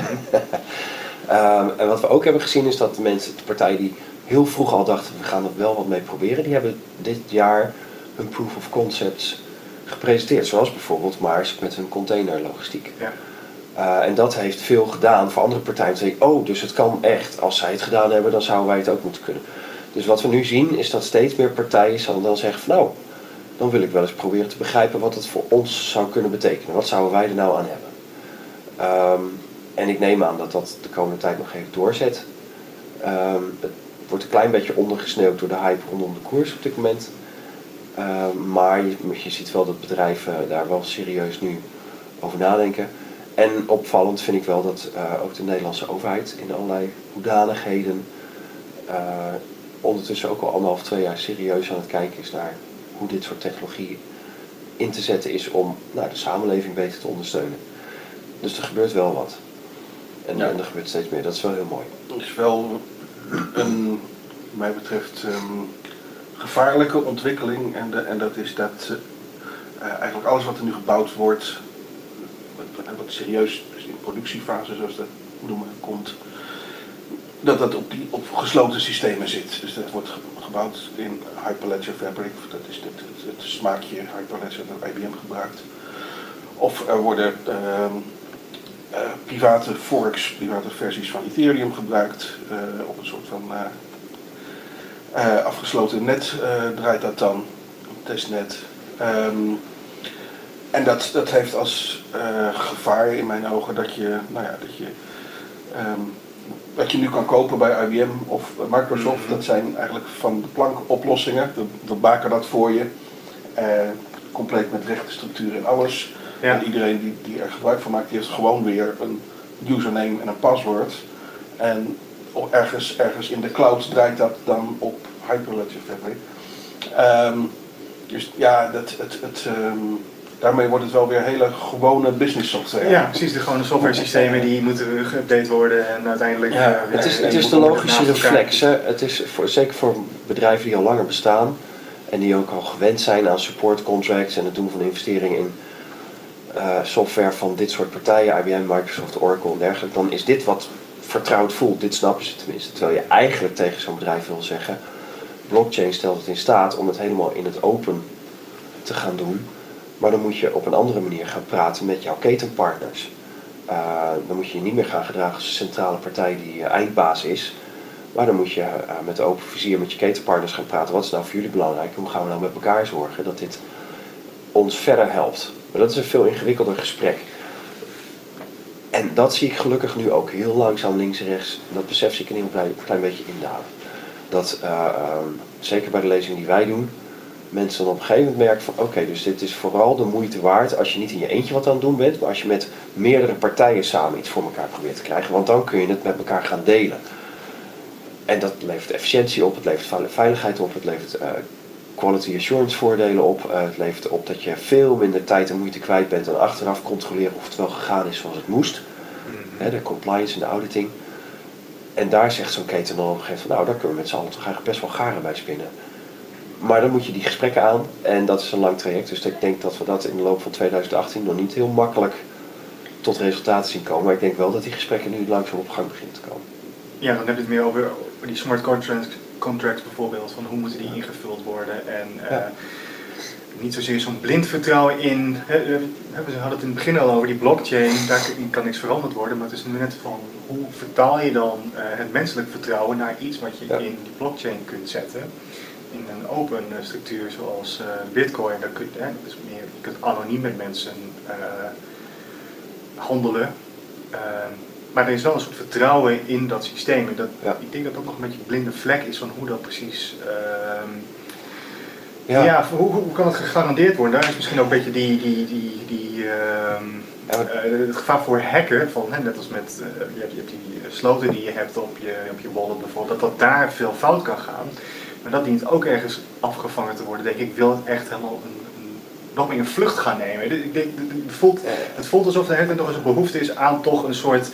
En wat we ook hebben gezien is dat de partijen die heel vroeg al dachten, we gaan er wel wat mee proberen, die hebben dit jaar hun proof of concepts gepresenteerd. Zoals bijvoorbeeld Mars met hun containerlogistiek. Ja. En dat heeft veel gedaan voor andere partijen. Te zeggen, dus het kan echt. Als zij het gedaan hebben, dan zouden wij het ook moeten kunnen. Dus wat we nu zien is dat steeds meer partijen zullen dan zeggen van dan wil ik wel eens proberen te begrijpen wat het voor ons zou kunnen betekenen. Wat zouden wij er nou aan hebben? En ik neem aan dat dat de komende tijd nog even doorzet. Het wordt een klein beetje ondergesneeuwd door de hype rondom de koers op dit moment. Maar je ziet wel dat bedrijven daar wel serieus nu over nadenken. En opvallend vind ik wel dat ook de Nederlandse overheid in allerlei hoedanigheden ondertussen ook al 1,5-2 jaar serieus aan het kijken is naar hoe dit soort technologie in te zetten is om de samenleving beter te ondersteunen. Dus er gebeurt wel wat. En er gebeurt steeds meer. Dat is wel heel mooi. Het is wel een, wat mij betreft, gevaarlijke ontwikkeling. En dat is dat eigenlijk alles wat er nu gebouwd wordt, wat serieus in productiefase, zoals dat noemen, komt, dat op gesloten systemen zit. Dus dat wordt gebouwd in Hyperledger Fabric, dat is het smaakje Hyperledger dat IBM gebruikt. Of er worden private forks, private versies van Ethereum gebruikt, op een soort van afgesloten net draait dat dan, een testnet. En dat heeft als gevaar in mijn ogen dat je wat je nu kan kopen bij IBM of Microsoft, dat zijn eigenlijk van de plank oplossingen. We maken dat voor je, compleet met rechtenstructuur en alles. Ja. En iedereen die er gebruik van maakt, die heeft gewoon weer een username en een paswoord. En ergens in de cloud draait dat dan op Hyperledger Fabric. Dus ja, daarmee wordt het wel weer hele gewone business software. Ja, precies. De gewone software systemen die moeten geüpdate worden en uiteindelijk... Het is de logische reflex. Hè? Het is zeker voor bedrijven die al langer bestaan en die ook al gewend zijn aan support contracts en het doen van investeringen in software van dit soort partijen, IBM, Microsoft, Oracle en dergelijke, dan is dit wat vertrouwd voelt. Dit snappen ze tenminste. Terwijl je eigenlijk tegen zo'n bedrijf wil zeggen, blockchain stelt het in staat om het helemaal in het open te gaan doen. Maar dan moet je op een andere manier gaan praten met jouw ketenpartners. Dan moet je je niet meer gaan gedragen als een centrale partij die eindbaas is. Maar dan moet je met open vizier met je ketenpartners gaan praten. Wat is nou voor jullie belangrijk? Hoe gaan we nou met elkaar zorgen dat dit ons verder helpt? Maar dat is een veel ingewikkelder gesprek. En dat zie ik gelukkig nu ook heel langzaam links en rechts. Dat besef zie ik een heel klein beetje indalen. Dat zeker bij de lezingen die wij doen, mensen dan op een gegeven moment merken van oké, dus dit is vooral de moeite waard als je niet in je eentje wat aan het doen bent, maar als je met meerdere partijen samen iets voor elkaar probeert te krijgen, want dan kun je het met elkaar gaan delen. En dat levert efficiëntie op, het levert veiligheid op, het levert quality assurance voordelen op, het levert op dat je veel minder tijd en moeite kwijt bent dan achteraf controleren of het wel gegaan is zoals het moest. De compliance en de auditing. En daar zegt zo'n keten dan op een gegeven moment van nou, daar kunnen we met z'n allen toch eigenlijk best wel garen bij spinnen. Maar dan moet je die gesprekken aan en dat is een lang traject. Dus ik denk dat we dat in de loop van 2018 nog niet heel makkelijk tot resultaten zien komen. Maar ik denk wel dat die gesprekken nu langzaam op gang beginnen te komen. Ja, dan heb je het meer over die smart contracts bijvoorbeeld. Van hoe moeten die ingevuld worden en niet zozeer zo'n blind vertrouwen in. We hadden het in het begin al over die blockchain, daar kan niks veranderd worden. Maar het is nu net van hoe vertaal je dan het menselijk vertrouwen naar iets wat je in die blockchain kunt zetten. In een open structuur zoals Bitcoin, daar kun je kunt anoniem met mensen handelen. Maar er is wel een soort vertrouwen in dat systeem. En ik denk dat dat nog een beetje een blinde vlek is van hoe dat precies... hoe kan het gegarandeerd worden? Daar is misschien ook een beetje het gevaar voor hacken. Van, net als met je hebt die sloten die je hebt op je wallet bijvoorbeeld. Dat daar veel fout kan gaan. Maar dat dient ook ergens afgevangen te worden, denk ik. Wil het echt helemaal nog meer een vlucht gaan nemen. Ik denk, het voelt alsof er nog eens een behoefte is aan toch een soort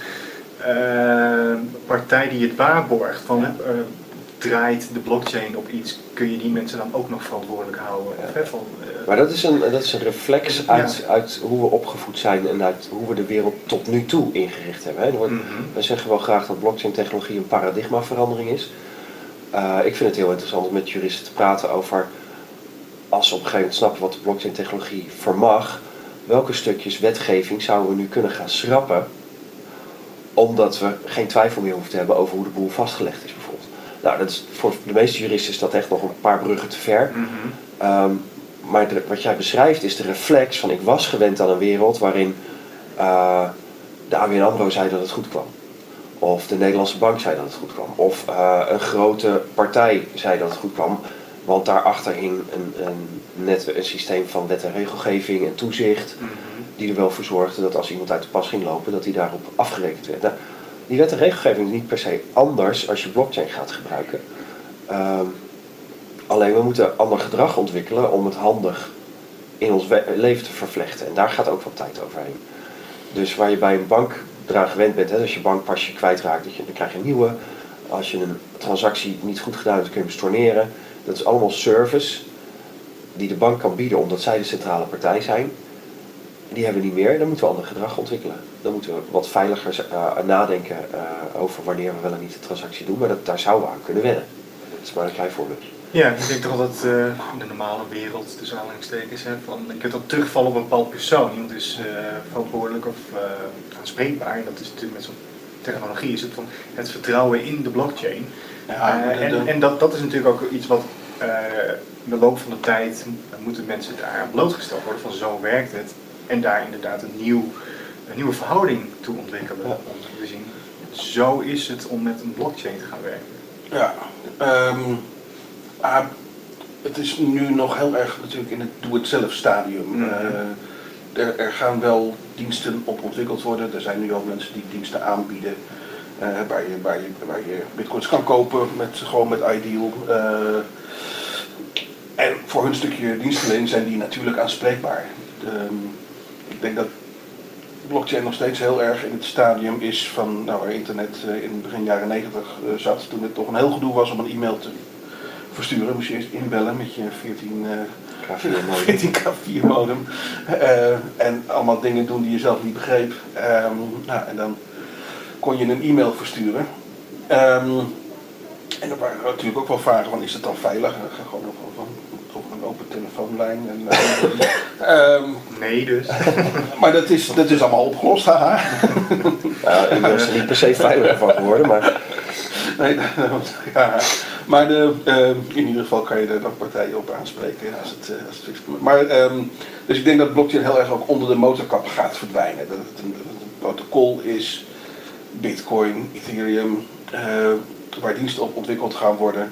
partij die het waarborgt. Van, draait de blockchain op iets, kun je die mensen dan ook nog verantwoordelijk houden? Maar dat is een reflex uit hoe we opgevoed zijn en uit hoe we de wereld tot nu toe ingericht hebben. Hè. We zeggen wel graag dat blockchain technologie een paradigmaverandering is. Ik vind het heel interessant om met juristen te praten over, als ze op een gegeven moment snappen wat de blockchain technologie vermag, welke stukjes wetgeving zouden we nu kunnen gaan schrappen, omdat we geen twijfel meer hoeven te hebben over hoe de boel vastgelegd is bijvoorbeeld. Nou, dat is, voor de meeste juristen is dat echt nog een paar bruggen te ver. Maar wat jij beschrijft is de reflex van ik was gewend aan een wereld waarin de ABN AMRO zei dat het goed kwam. Of de Nederlandse bank zei dat het goed kwam. Of een grote partij zei dat het goed kwam. Want daarachter hing net een systeem van wet en regelgeving en toezicht. Die er wel voor zorgde dat als iemand uit de pas ging lopen, dat hij daarop afgerekend werd. Nou, die wet en regelgeving is niet per se anders als je blockchain gaat gebruiken. Alleen we moeten ander gedrag ontwikkelen om het handig in ons leven te vervlechten. En daar gaat ook wat tijd overheen. Dus waar je bij een bank eraan gewend bent, als je bankpasje kwijtraakt, dan krijg je een nieuwe. Als je een transactie niet goed gedaan hebt, dan kun je hem storneren. Dat is allemaal service die de bank kan bieden omdat zij de centrale partij zijn. Die hebben we niet meer, dan moeten we ander gedrag ontwikkelen. Dan moeten we wat veiliger nadenken over wanneer we wel en niet de transactie doen, maar daar zouden we aan kunnen wennen. Dat is maar een klein voorbeeld. Ja, ik denk toch dat in de normale wereld, tussen aanhalingstekens, je kunt ook terugvallen op een bepaald persoon. Iemand is verantwoordelijk of aanspreekbaar. En dat is natuurlijk met zo'n technologie is het van het vertrouwen in de blockchain. En dat is natuurlijk ook iets wat in de loop van de tijd moeten mensen daar aan blootgesteld worden van zo werkt het. En daar inderdaad een nieuwe verhouding toe ontwikkelen. Om te zien, zo is het om met een blockchain te gaan werken. Ja, het is nu nog heel erg natuurlijk in het doe-het-zelf stadium. er gaan wel diensten op ontwikkeld worden. Er zijn nu al mensen die diensten aanbieden waar je bitcoins kan kopen gewoon met Ideal. En voor hun stukje dienstverlening zijn die natuurlijk aanspreekbaar. Ik denk dat blockchain nog steeds heel erg in het stadium is van waar internet in begin jaren 90 zat. Toen het toch een heel gedoe was om een e-mail te versturen. Moest je eerst inbellen met je 14 K4 modem. En allemaal dingen doen die je zelf niet begreep. En dan kon je een e-mail versturen. En er waren natuurlijk ook wel vragen van, is het dan veilig? Gewoon over een open telefoonlijn. Nee dus. Maar dat is allemaal opgelost, haha. Ja, ik ben er niet per se veiliger van geworden, maar... Nee, ja. Maar in ieder geval kan je er dan partijen op aanspreken als het fix is. Maar dus ik denk dat blockchain heel erg ook onder de motorkap gaat verdwijnen. Dat het een protocol is, Bitcoin, Ethereum, waar diensten op ontwikkeld gaan worden.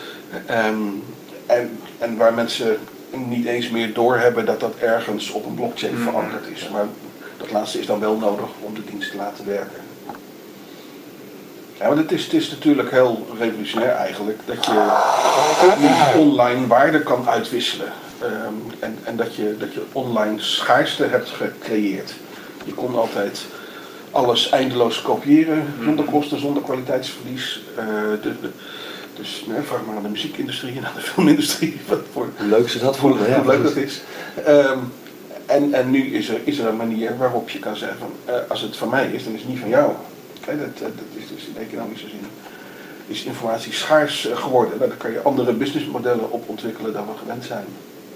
En waar mensen niet eens meer doorhebben dat dat ergens op een blockchain verankerd is. Maar dat laatste is dan wel nodig om de dienst te laten werken. Ja, want het is natuurlijk heel revolutionair eigenlijk dat je online waarde kan uitwisselen. En dat je online schaarste hebt gecreëerd. Je kon altijd alles eindeloos kopiëren, zonder kosten, zonder kwaliteitsverlies. Dus vraag maar aan de muziekindustrie en aan de filmindustrie. Hoe leuk ze dat vonden. Hoe leuk dat is. En nu is er een manier waarop je kan zeggen van, als het van mij is, dan is het niet van jou. Dat is dus in economische zin is informatie schaars geworden. Daar kan je andere businessmodellen op ontwikkelen dan we gewend zijn.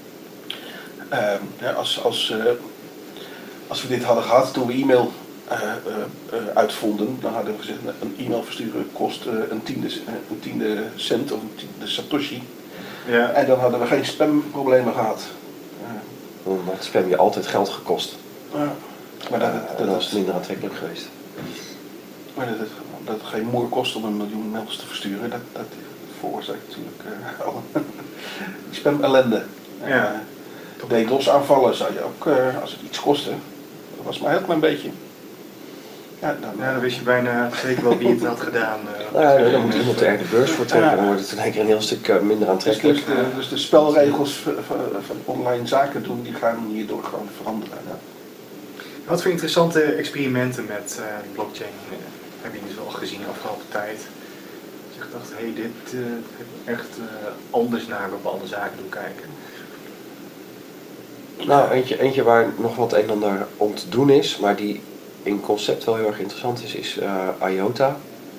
Als we dit hadden gehad toen we e-mail uitvonden, dan hadden we gezegd een e-mail versturen kost een tiende cent of een tiende satoshi. Ja. En dan hadden we geen spamproblemen gehad. Maar het spam je altijd geld gekost. Ja. Maar dat was minder aantrekkelijk geweest. Maar dat het geen moer kost om 1 miljoen mails te versturen, dat veroorzaakt natuurlijk al spam ellende. Ja. DDoS aanvallen zou je ook, als het iets kostte, dat was maar een heel klein beetje. Ja, dan wist je bijna zeker wel wie het had gedaan. Dan moet iemand er de beurs voor trekken, dan wordt het in één keer een heel stuk minder aantrekkelijk. Dus de spelregels van online zaken doen, die gaan hierdoor gewoon veranderen. Ja. Wat voor interessante experimenten met blockchain heb je dus al gezien de afgelopen tijd? Dus ik dacht, dit heb echt anders naar bepaalde zaken doen kijken. Nou, eentje waar nog wat een en ander om te doen is, maar die in concept wel heel erg interessant is IOTA.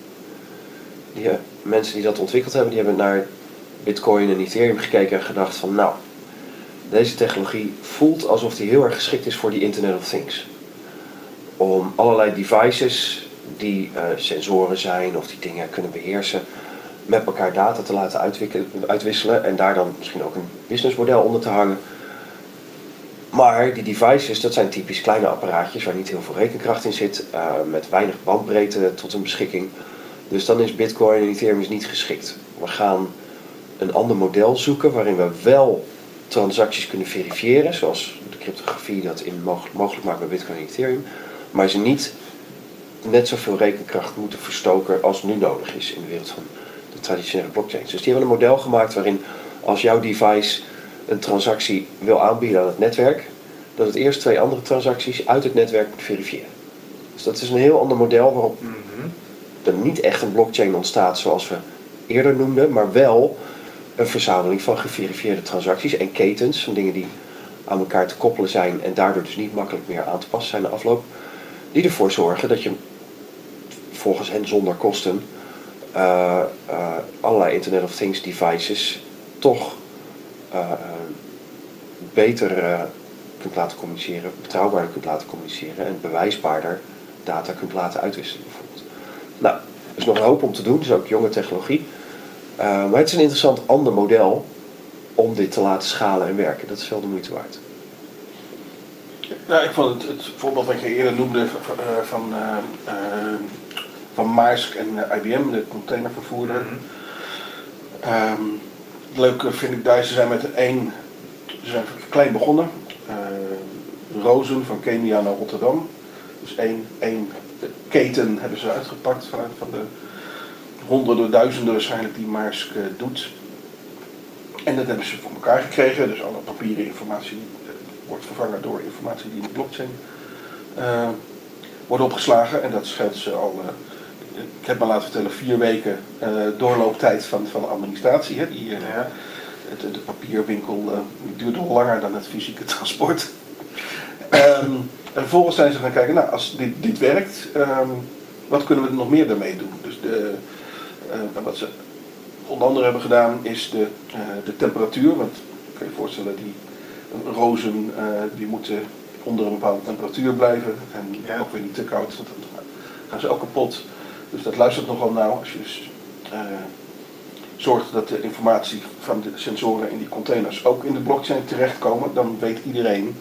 Mensen die dat ontwikkeld hebben, die hebben naar Bitcoin en Ethereum gekeken en gedacht van, nou, deze technologie voelt alsof die heel erg geschikt is voor die Internet of Things. Om allerlei devices die sensoren zijn of die dingen kunnen beheersen, met elkaar data te laten uitwisselen en daar dan misschien ook een businessmodel onder te hangen. Maar die devices, dat zijn typisch kleine apparaatjes waar niet heel veel rekenkracht in zit, met weinig bandbreedte tot hun beschikking. Dus dan is Bitcoin en Ethereum niet geschikt. We gaan een ander model zoeken waarin we wel transacties kunnen verifiëren, zoals de cryptografie dat mogelijk maakt bij Bitcoin en Ethereum, maar ze niet net zoveel rekenkracht moeten verstoken als nu nodig is in de wereld van de traditionele blockchains. Dus die hebben een model gemaakt waarin als jouw device een transactie wil aanbieden aan het netwerk, dat het eerst 2 andere transacties uit het netwerk moet verifiëren. Dus dat is een heel ander model waarop er niet echt een blockchain ontstaat zoals we eerder noemden, maar wel een verzameling van geverifieerde transacties en ketens van dingen die aan elkaar te koppelen zijn en daardoor dus niet makkelijk meer aan te passen zijn de afloop, die ervoor zorgen dat je volgens hen zonder kosten allerlei Internet of Things devices toch beter kunt laten communiceren, betrouwbaarder kunt laten communiceren en bewijsbaarder data kunt laten uitwisselen bijvoorbeeld. Nou, er is nog een hoop om te doen, het is ook jonge technologie. Maar het is een interessant ander model om dit te laten schalen en werken. Dat is wel de moeite waard. Ja, ik vond het voorbeeld wat je eerder noemde van Maersk en IBM, de containervervoerder. Het leuke vind ik daar, ze zijn klein begonnen. rozen van Kenia naar Rotterdam. Dus één keten hebben ze uitgepakt van de honderden, duizenden waarschijnlijk die Maersk doet. En dat hebben ze voor elkaar gekregen. Dus alle papieren informatie wordt vervangen door informatie die in de blockchain wordt opgeslagen. En dat scheelt ze al, ik heb me laten vertellen, 4 weken doorlooptijd van de administratie. Hè. De papierwinkel duurt al langer dan het fysieke transport. En vervolgens zijn ze gaan kijken, nou, als dit werkt, wat kunnen we nog meer daarmee doen? Dus wat ze onder andere hebben gedaan is de temperatuur. Want je kan je voorstellen, die rozen die moeten onder een bepaalde temperatuur blijven. En ook weer niet te koud, want dan gaan ze ook kapot. Dus dat luistert nogal nauw. Als je dus zorgt dat de informatie van de sensoren in die containers ook in de blockchain terechtkomen, dan weet iedereen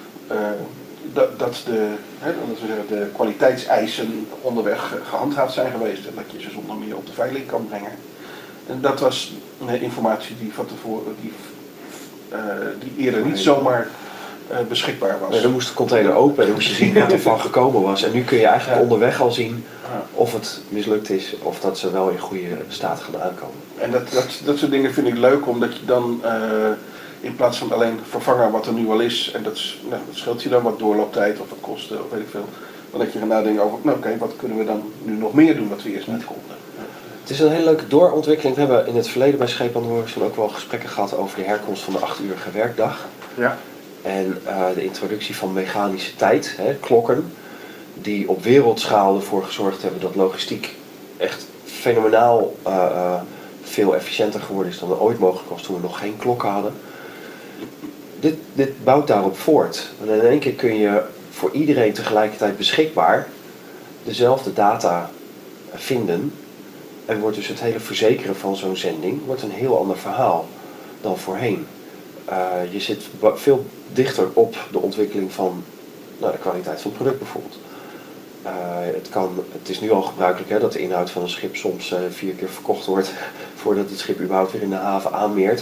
dat de kwaliteitseisen onderweg gehandhaafd zijn geweest en dat je ze zonder meer op de veiling kan brengen. En dat was informatie die van tevoren, die eerder niet zomaar beschikbaar was. Nee, dan moest de container open en dan moest je zien wat er van gekomen was. En nu kun je eigenlijk onderweg al zien of het mislukt is of dat ze wel in goede staat gaan aankomen. En dat soort dingen vind ik leuk, omdat je dan in plaats van alleen vervangen wat er nu al is, en dat scheelt je dan wat doorlooptijd of wat kosten of weet ik veel. Maar dat je gaat nadenken over, nou oké, wat kunnen we dan nu nog meer doen wat we eerst niet konden. Het is een hele leuke doorontwikkeling. We hebben in het verleden bij Scheep aan de Horizon ook wel gesprekken gehad over de herkomst van de 8-uurige werkdag. Ja. En de introductie van mechanische tijd, klokken, die op wereldschaal ervoor gezorgd hebben dat logistiek echt fenomenaal veel efficiënter geworden is dan er ooit mogelijk was toen we nog geen klokken hadden. Dit bouwt daarop voort. En in één keer kun je voor iedereen tegelijkertijd beschikbaar dezelfde data vinden. En wordt dus het hele verzekeren van zo'n zending wordt een heel ander verhaal dan voorheen. Je zit veel dichter op de ontwikkeling van de kwaliteit van het product bijvoorbeeld. Het is nu al gebruikelijk dat de inhoud van een schip soms 4 keer verkocht wordt voordat het schip überhaupt weer in de haven aanmeert.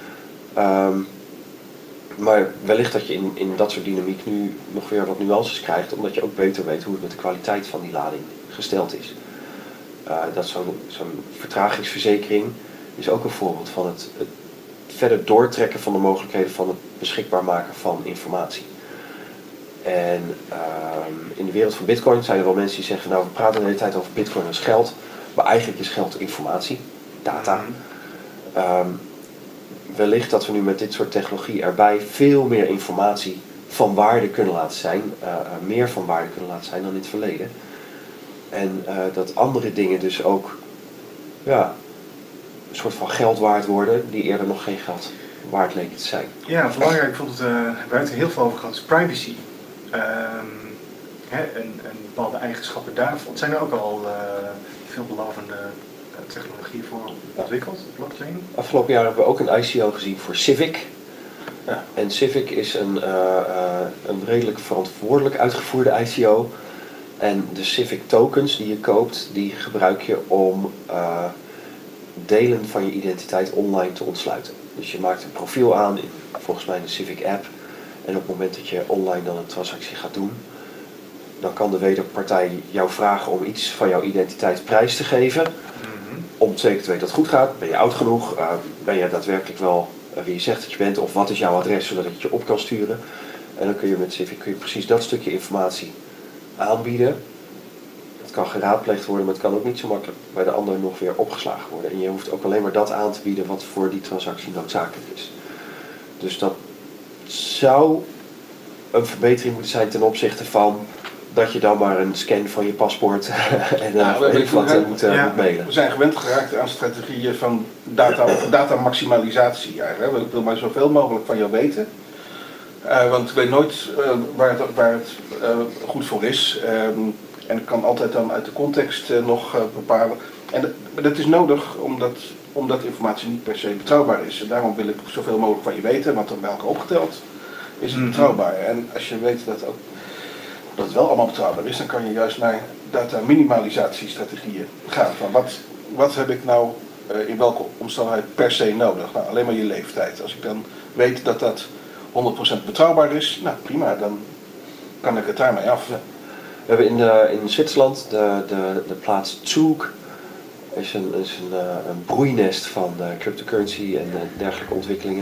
Maar wellicht dat je in dat soort dynamiek nu nog weer wat nuances krijgt, omdat je ook beter weet hoe het met de kwaliteit van die lading gesteld is. Dat zo'n vertragingsverzekering is ook een voorbeeld van het verder doortrekken van de mogelijkheden van het beschikbaar maken van informatie. En in de wereld van Bitcoin zijn er wel mensen die zeggen, nou we praten de hele tijd over Bitcoin als geld, maar eigenlijk is geld informatie, data. Wellicht dat we nu met dit soort technologie erbij veel meer informatie van waarde kunnen laten zijn, meer van waarde kunnen laten zijn dan in het verleden. En dat andere dingen dus ook een soort van geld waard worden die eerder nog geen geld waard leken te zijn. Ja, belangrijk, ik vond het, we hebben het er heel veel over gehad, is privacy. En bepaalde eigenschappen daarvan. Zijn er ook al veelbelovende technologie voor ontwikkeld, blockchain? Afgelopen jaar hebben we ook een ICO gezien voor Civic. Ja. En Civic is een redelijk verantwoordelijk uitgevoerde ICO. En de Civic tokens die je koopt, die gebruik je om delen van je identiteit online te ontsluiten. Dus je maakt een profiel aan in volgens mij de Civic app. En op het moment dat je online dan een transactie gaat doen, dan kan de wederpartij jou vragen om iets van jouw identiteit prijs te geven. Om zeker te weten dat het goed gaat. Ben je oud genoeg? Ben je daadwerkelijk wel wie je zegt dat je bent? Of wat is jouw adres, zodat ik het je op kan sturen? En dan kun je met Civic precies dat stukje informatie aanbieden. Het kan geraadpleegd worden, maar het kan ook niet zo makkelijk bij de ander nog weer opgeslagen worden. En je hoeft ook alleen maar dat aan te bieden wat voor die transactie noodzakelijk is. Dus dat zou een verbetering moeten zijn ten opzichte van dat je dan maar een scan van je paspoort en moet mailen. We zijn gewend geraakt aan strategieën van data-maximalisatie eigenlijk. Ik wil maar zoveel mogelijk van jou weten. Want ik weet nooit waar het goed voor is. En ik kan altijd dan uit de context nog bepalen. En dat is nodig omdat informatie niet per se betrouwbaar is. En daarom wil ik zoveel mogelijk van je weten, want dan bij elkaar opgeteld is het betrouwbaar. En als je weet dat het wel allemaal betrouwbaar is, dan kan je juist naar data-minimalisatiestrategieën gaan. Van wat heb ik nou in welke omstandigheid per se nodig? Nou, alleen maar je leeftijd. Als ik dan weet dat dat 100% betrouwbaar is, nou prima, dan kan ik het daarmee af. Ja. We hebben in Zwitserland de plaats Zug. Is een broeinest van cryptocurrency en dergelijke ontwikkelingen.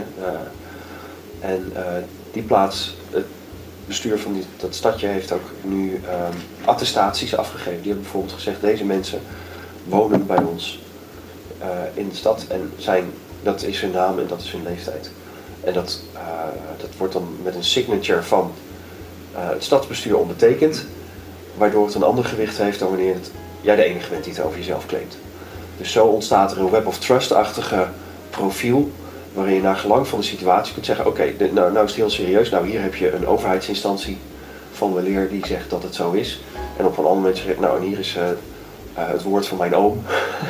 Die plaats, het bestuur van dat stadje heeft ook nu attestaties afgegeven. Die hebben bijvoorbeeld gezegd, deze mensen wonen bij ons in de stad en dat is hun naam en dat is hun leeftijd. En dat wordt dan met een signature van het stadsbestuur ondertekend, waardoor het een ander gewicht heeft dan wanneer jij de enige bent die het over jezelf claimt. Dus zo ontstaat er een Web of Trust-achtige profiel, waarin je naar gelang van de situatie kunt zeggen, oké, nou is het heel serieus, nou hier heb je een overheidsinstantie van weleer die zegt dat het zo is. En op een ander moment zeg je, nou en hier is het woord van mijn oom.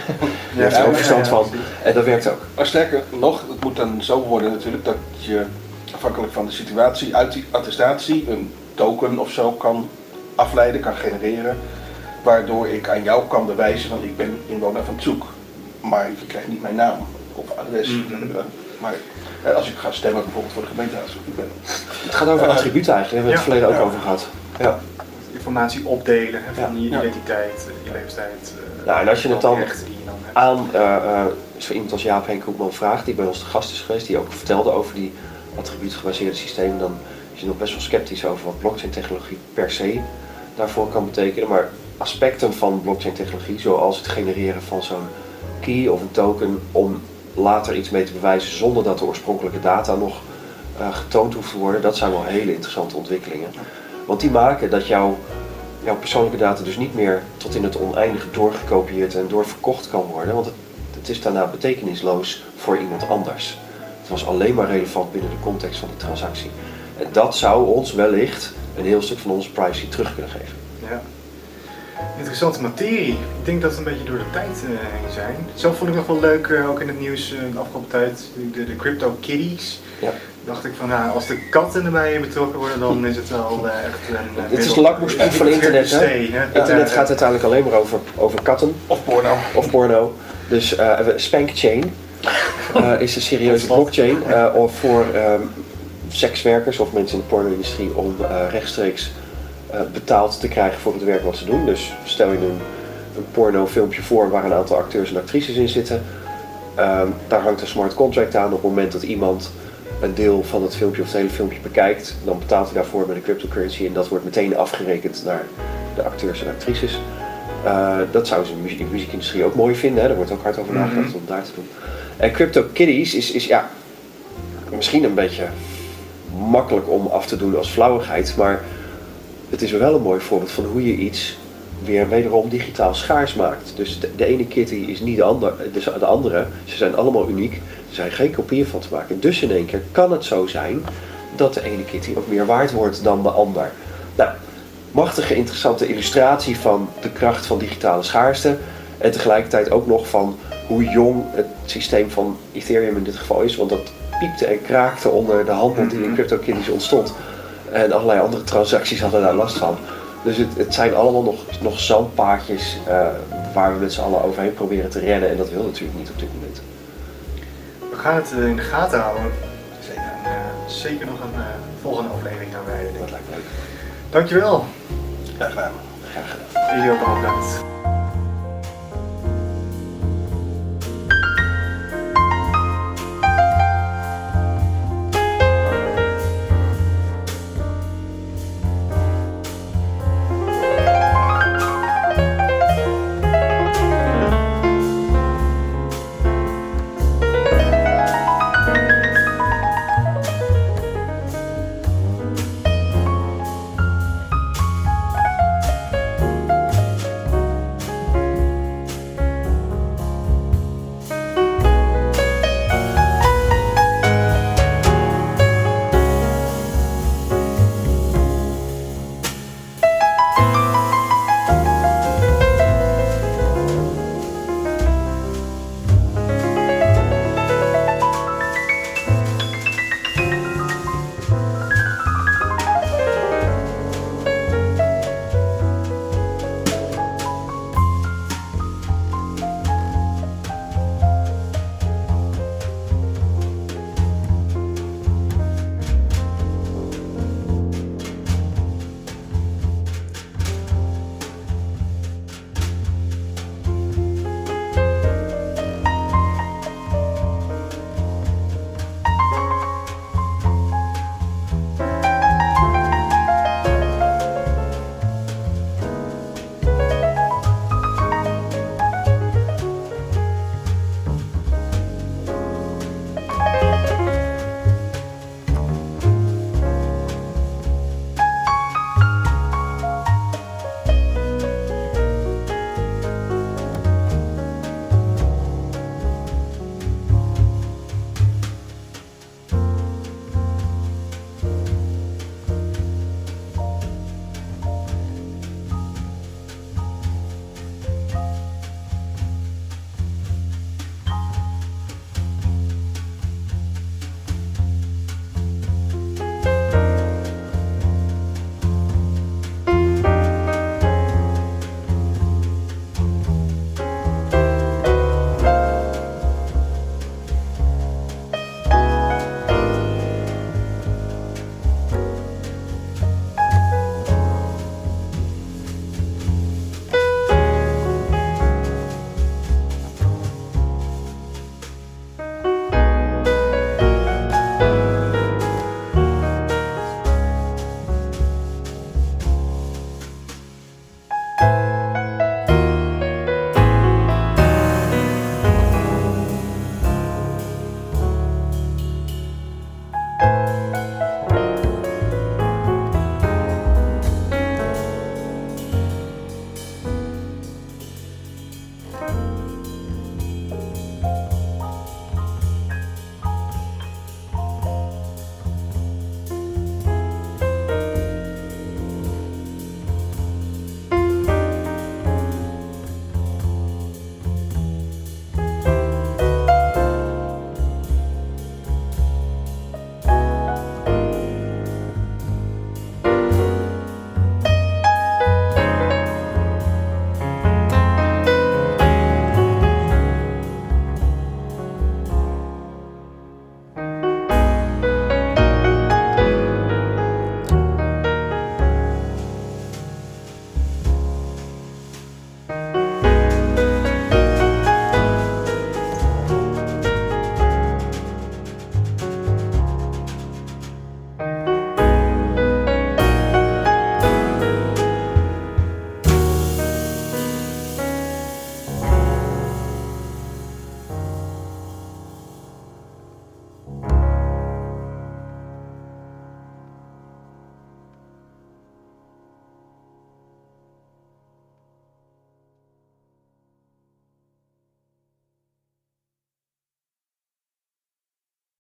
Die heeft er ook verstand van. En dat werkt ook. Maar sterker nog, het moet dan zo worden natuurlijk dat je afhankelijk van de situatie uit die attestatie een token of zo kan afleiden, kan genereren. Waardoor ik aan jou kan bewijzen van ik ben inwoner van Zug. Maar je krijgt niet mijn naam of adres. Maar als ik ga stemmen bijvoorbeeld voor de gemeenteraad. Het gaat over attributen eigenlijk, daar hebben we het verleden ook over gehad. Ja. Informatie opdelen van je identiteit, je leeftijd. Nou, en als je het dan rechten die je dan hebt. aan zo iemand als Jaap Henk Koekman vraagt, die bij ons te gast is geweest, die ook vertelde over die attribuutgebaseerde systemen, dan is je nog best wel sceptisch over wat blockchain technologie per se daarvoor kan betekenen. Maar aspecten van blockchain technologie, zoals het genereren van zo'n key of een token om later iets mee te bewijzen zonder dat de oorspronkelijke data nog getoond hoeft te worden, dat zijn wel hele interessante ontwikkelingen. Want die maken dat jouw persoonlijke data dus niet meer tot in het oneindige doorgekopieerd en doorverkocht kan worden, want het is daarna betekenisloos voor iemand anders. Het was alleen maar relevant binnen de context van die transactie. En dat zou ons wellicht een heel stuk van onze privacy terug kunnen geven. Ja. Interessante materie. Ik denk dat we een beetje door de tijd heen zijn. Zelf vond ik nog wel leuk, ook in het nieuws de afgelopen tijd, de crypto kitties. Ja. Dacht ik van, nou, als de katten erbij betrokken worden, dan is het wel echt een... Dit is de lakmoespunt van internet, hè? Internet gaat uiteindelijk alleen maar over katten. Of porno. Dus SpankChain is een serieuze blockchain voor sekswerkers of mensen in de porno-industrie om rechtstreeks betaald te krijgen voor het werk wat ze doen. Dus stel je een pornofilmpje voor waar een aantal acteurs en actrices in zitten. Daar hangt een smart contract aan. Op het moment dat iemand een deel van het filmpje of het hele filmpje bekijkt, dan betaalt hij daarvoor met een cryptocurrency en dat wordt meteen afgerekend naar de acteurs en actrices. Dat zouden ze in de muziekindustrie ook mooi vinden, hè? Daar wordt ook hard over nagedacht om daar te doen. En CryptoKitties is ja, misschien een beetje makkelijk om af te doen als flauwigheid, maar het is wel een mooi voorbeeld van hoe je iets weer wederom digitaal schaars maakt. Dus de ene kitty is niet de andere, ze zijn allemaal uniek, er zijn geen kopieën van te maken. Dus in één keer kan het zo zijn dat de ene kitty ook meer waard wordt dan de ander. Nou, machtige interessante illustratie van de kracht van digitale schaarste en tegelijkertijd ook nog van hoe jong het systeem van Ethereum in dit geval is, want dat piepte en kraakte onder de handel die in CryptoKitties ontstond. En allerlei andere transacties hadden daar last van. Dus het zijn allemaal nog zandpaadjes waar we met z'n allen overheen proberen te rennen. En dat wil natuurlijk niet op dit moment. We gaan het in de gaten houden. Zeker nog een volgende aflevering gaan wijden. Dat lijkt me leuk. Dankjewel. Graag gedaan. Graag gedaan. Jullie ook allemaal bedankt. Doei.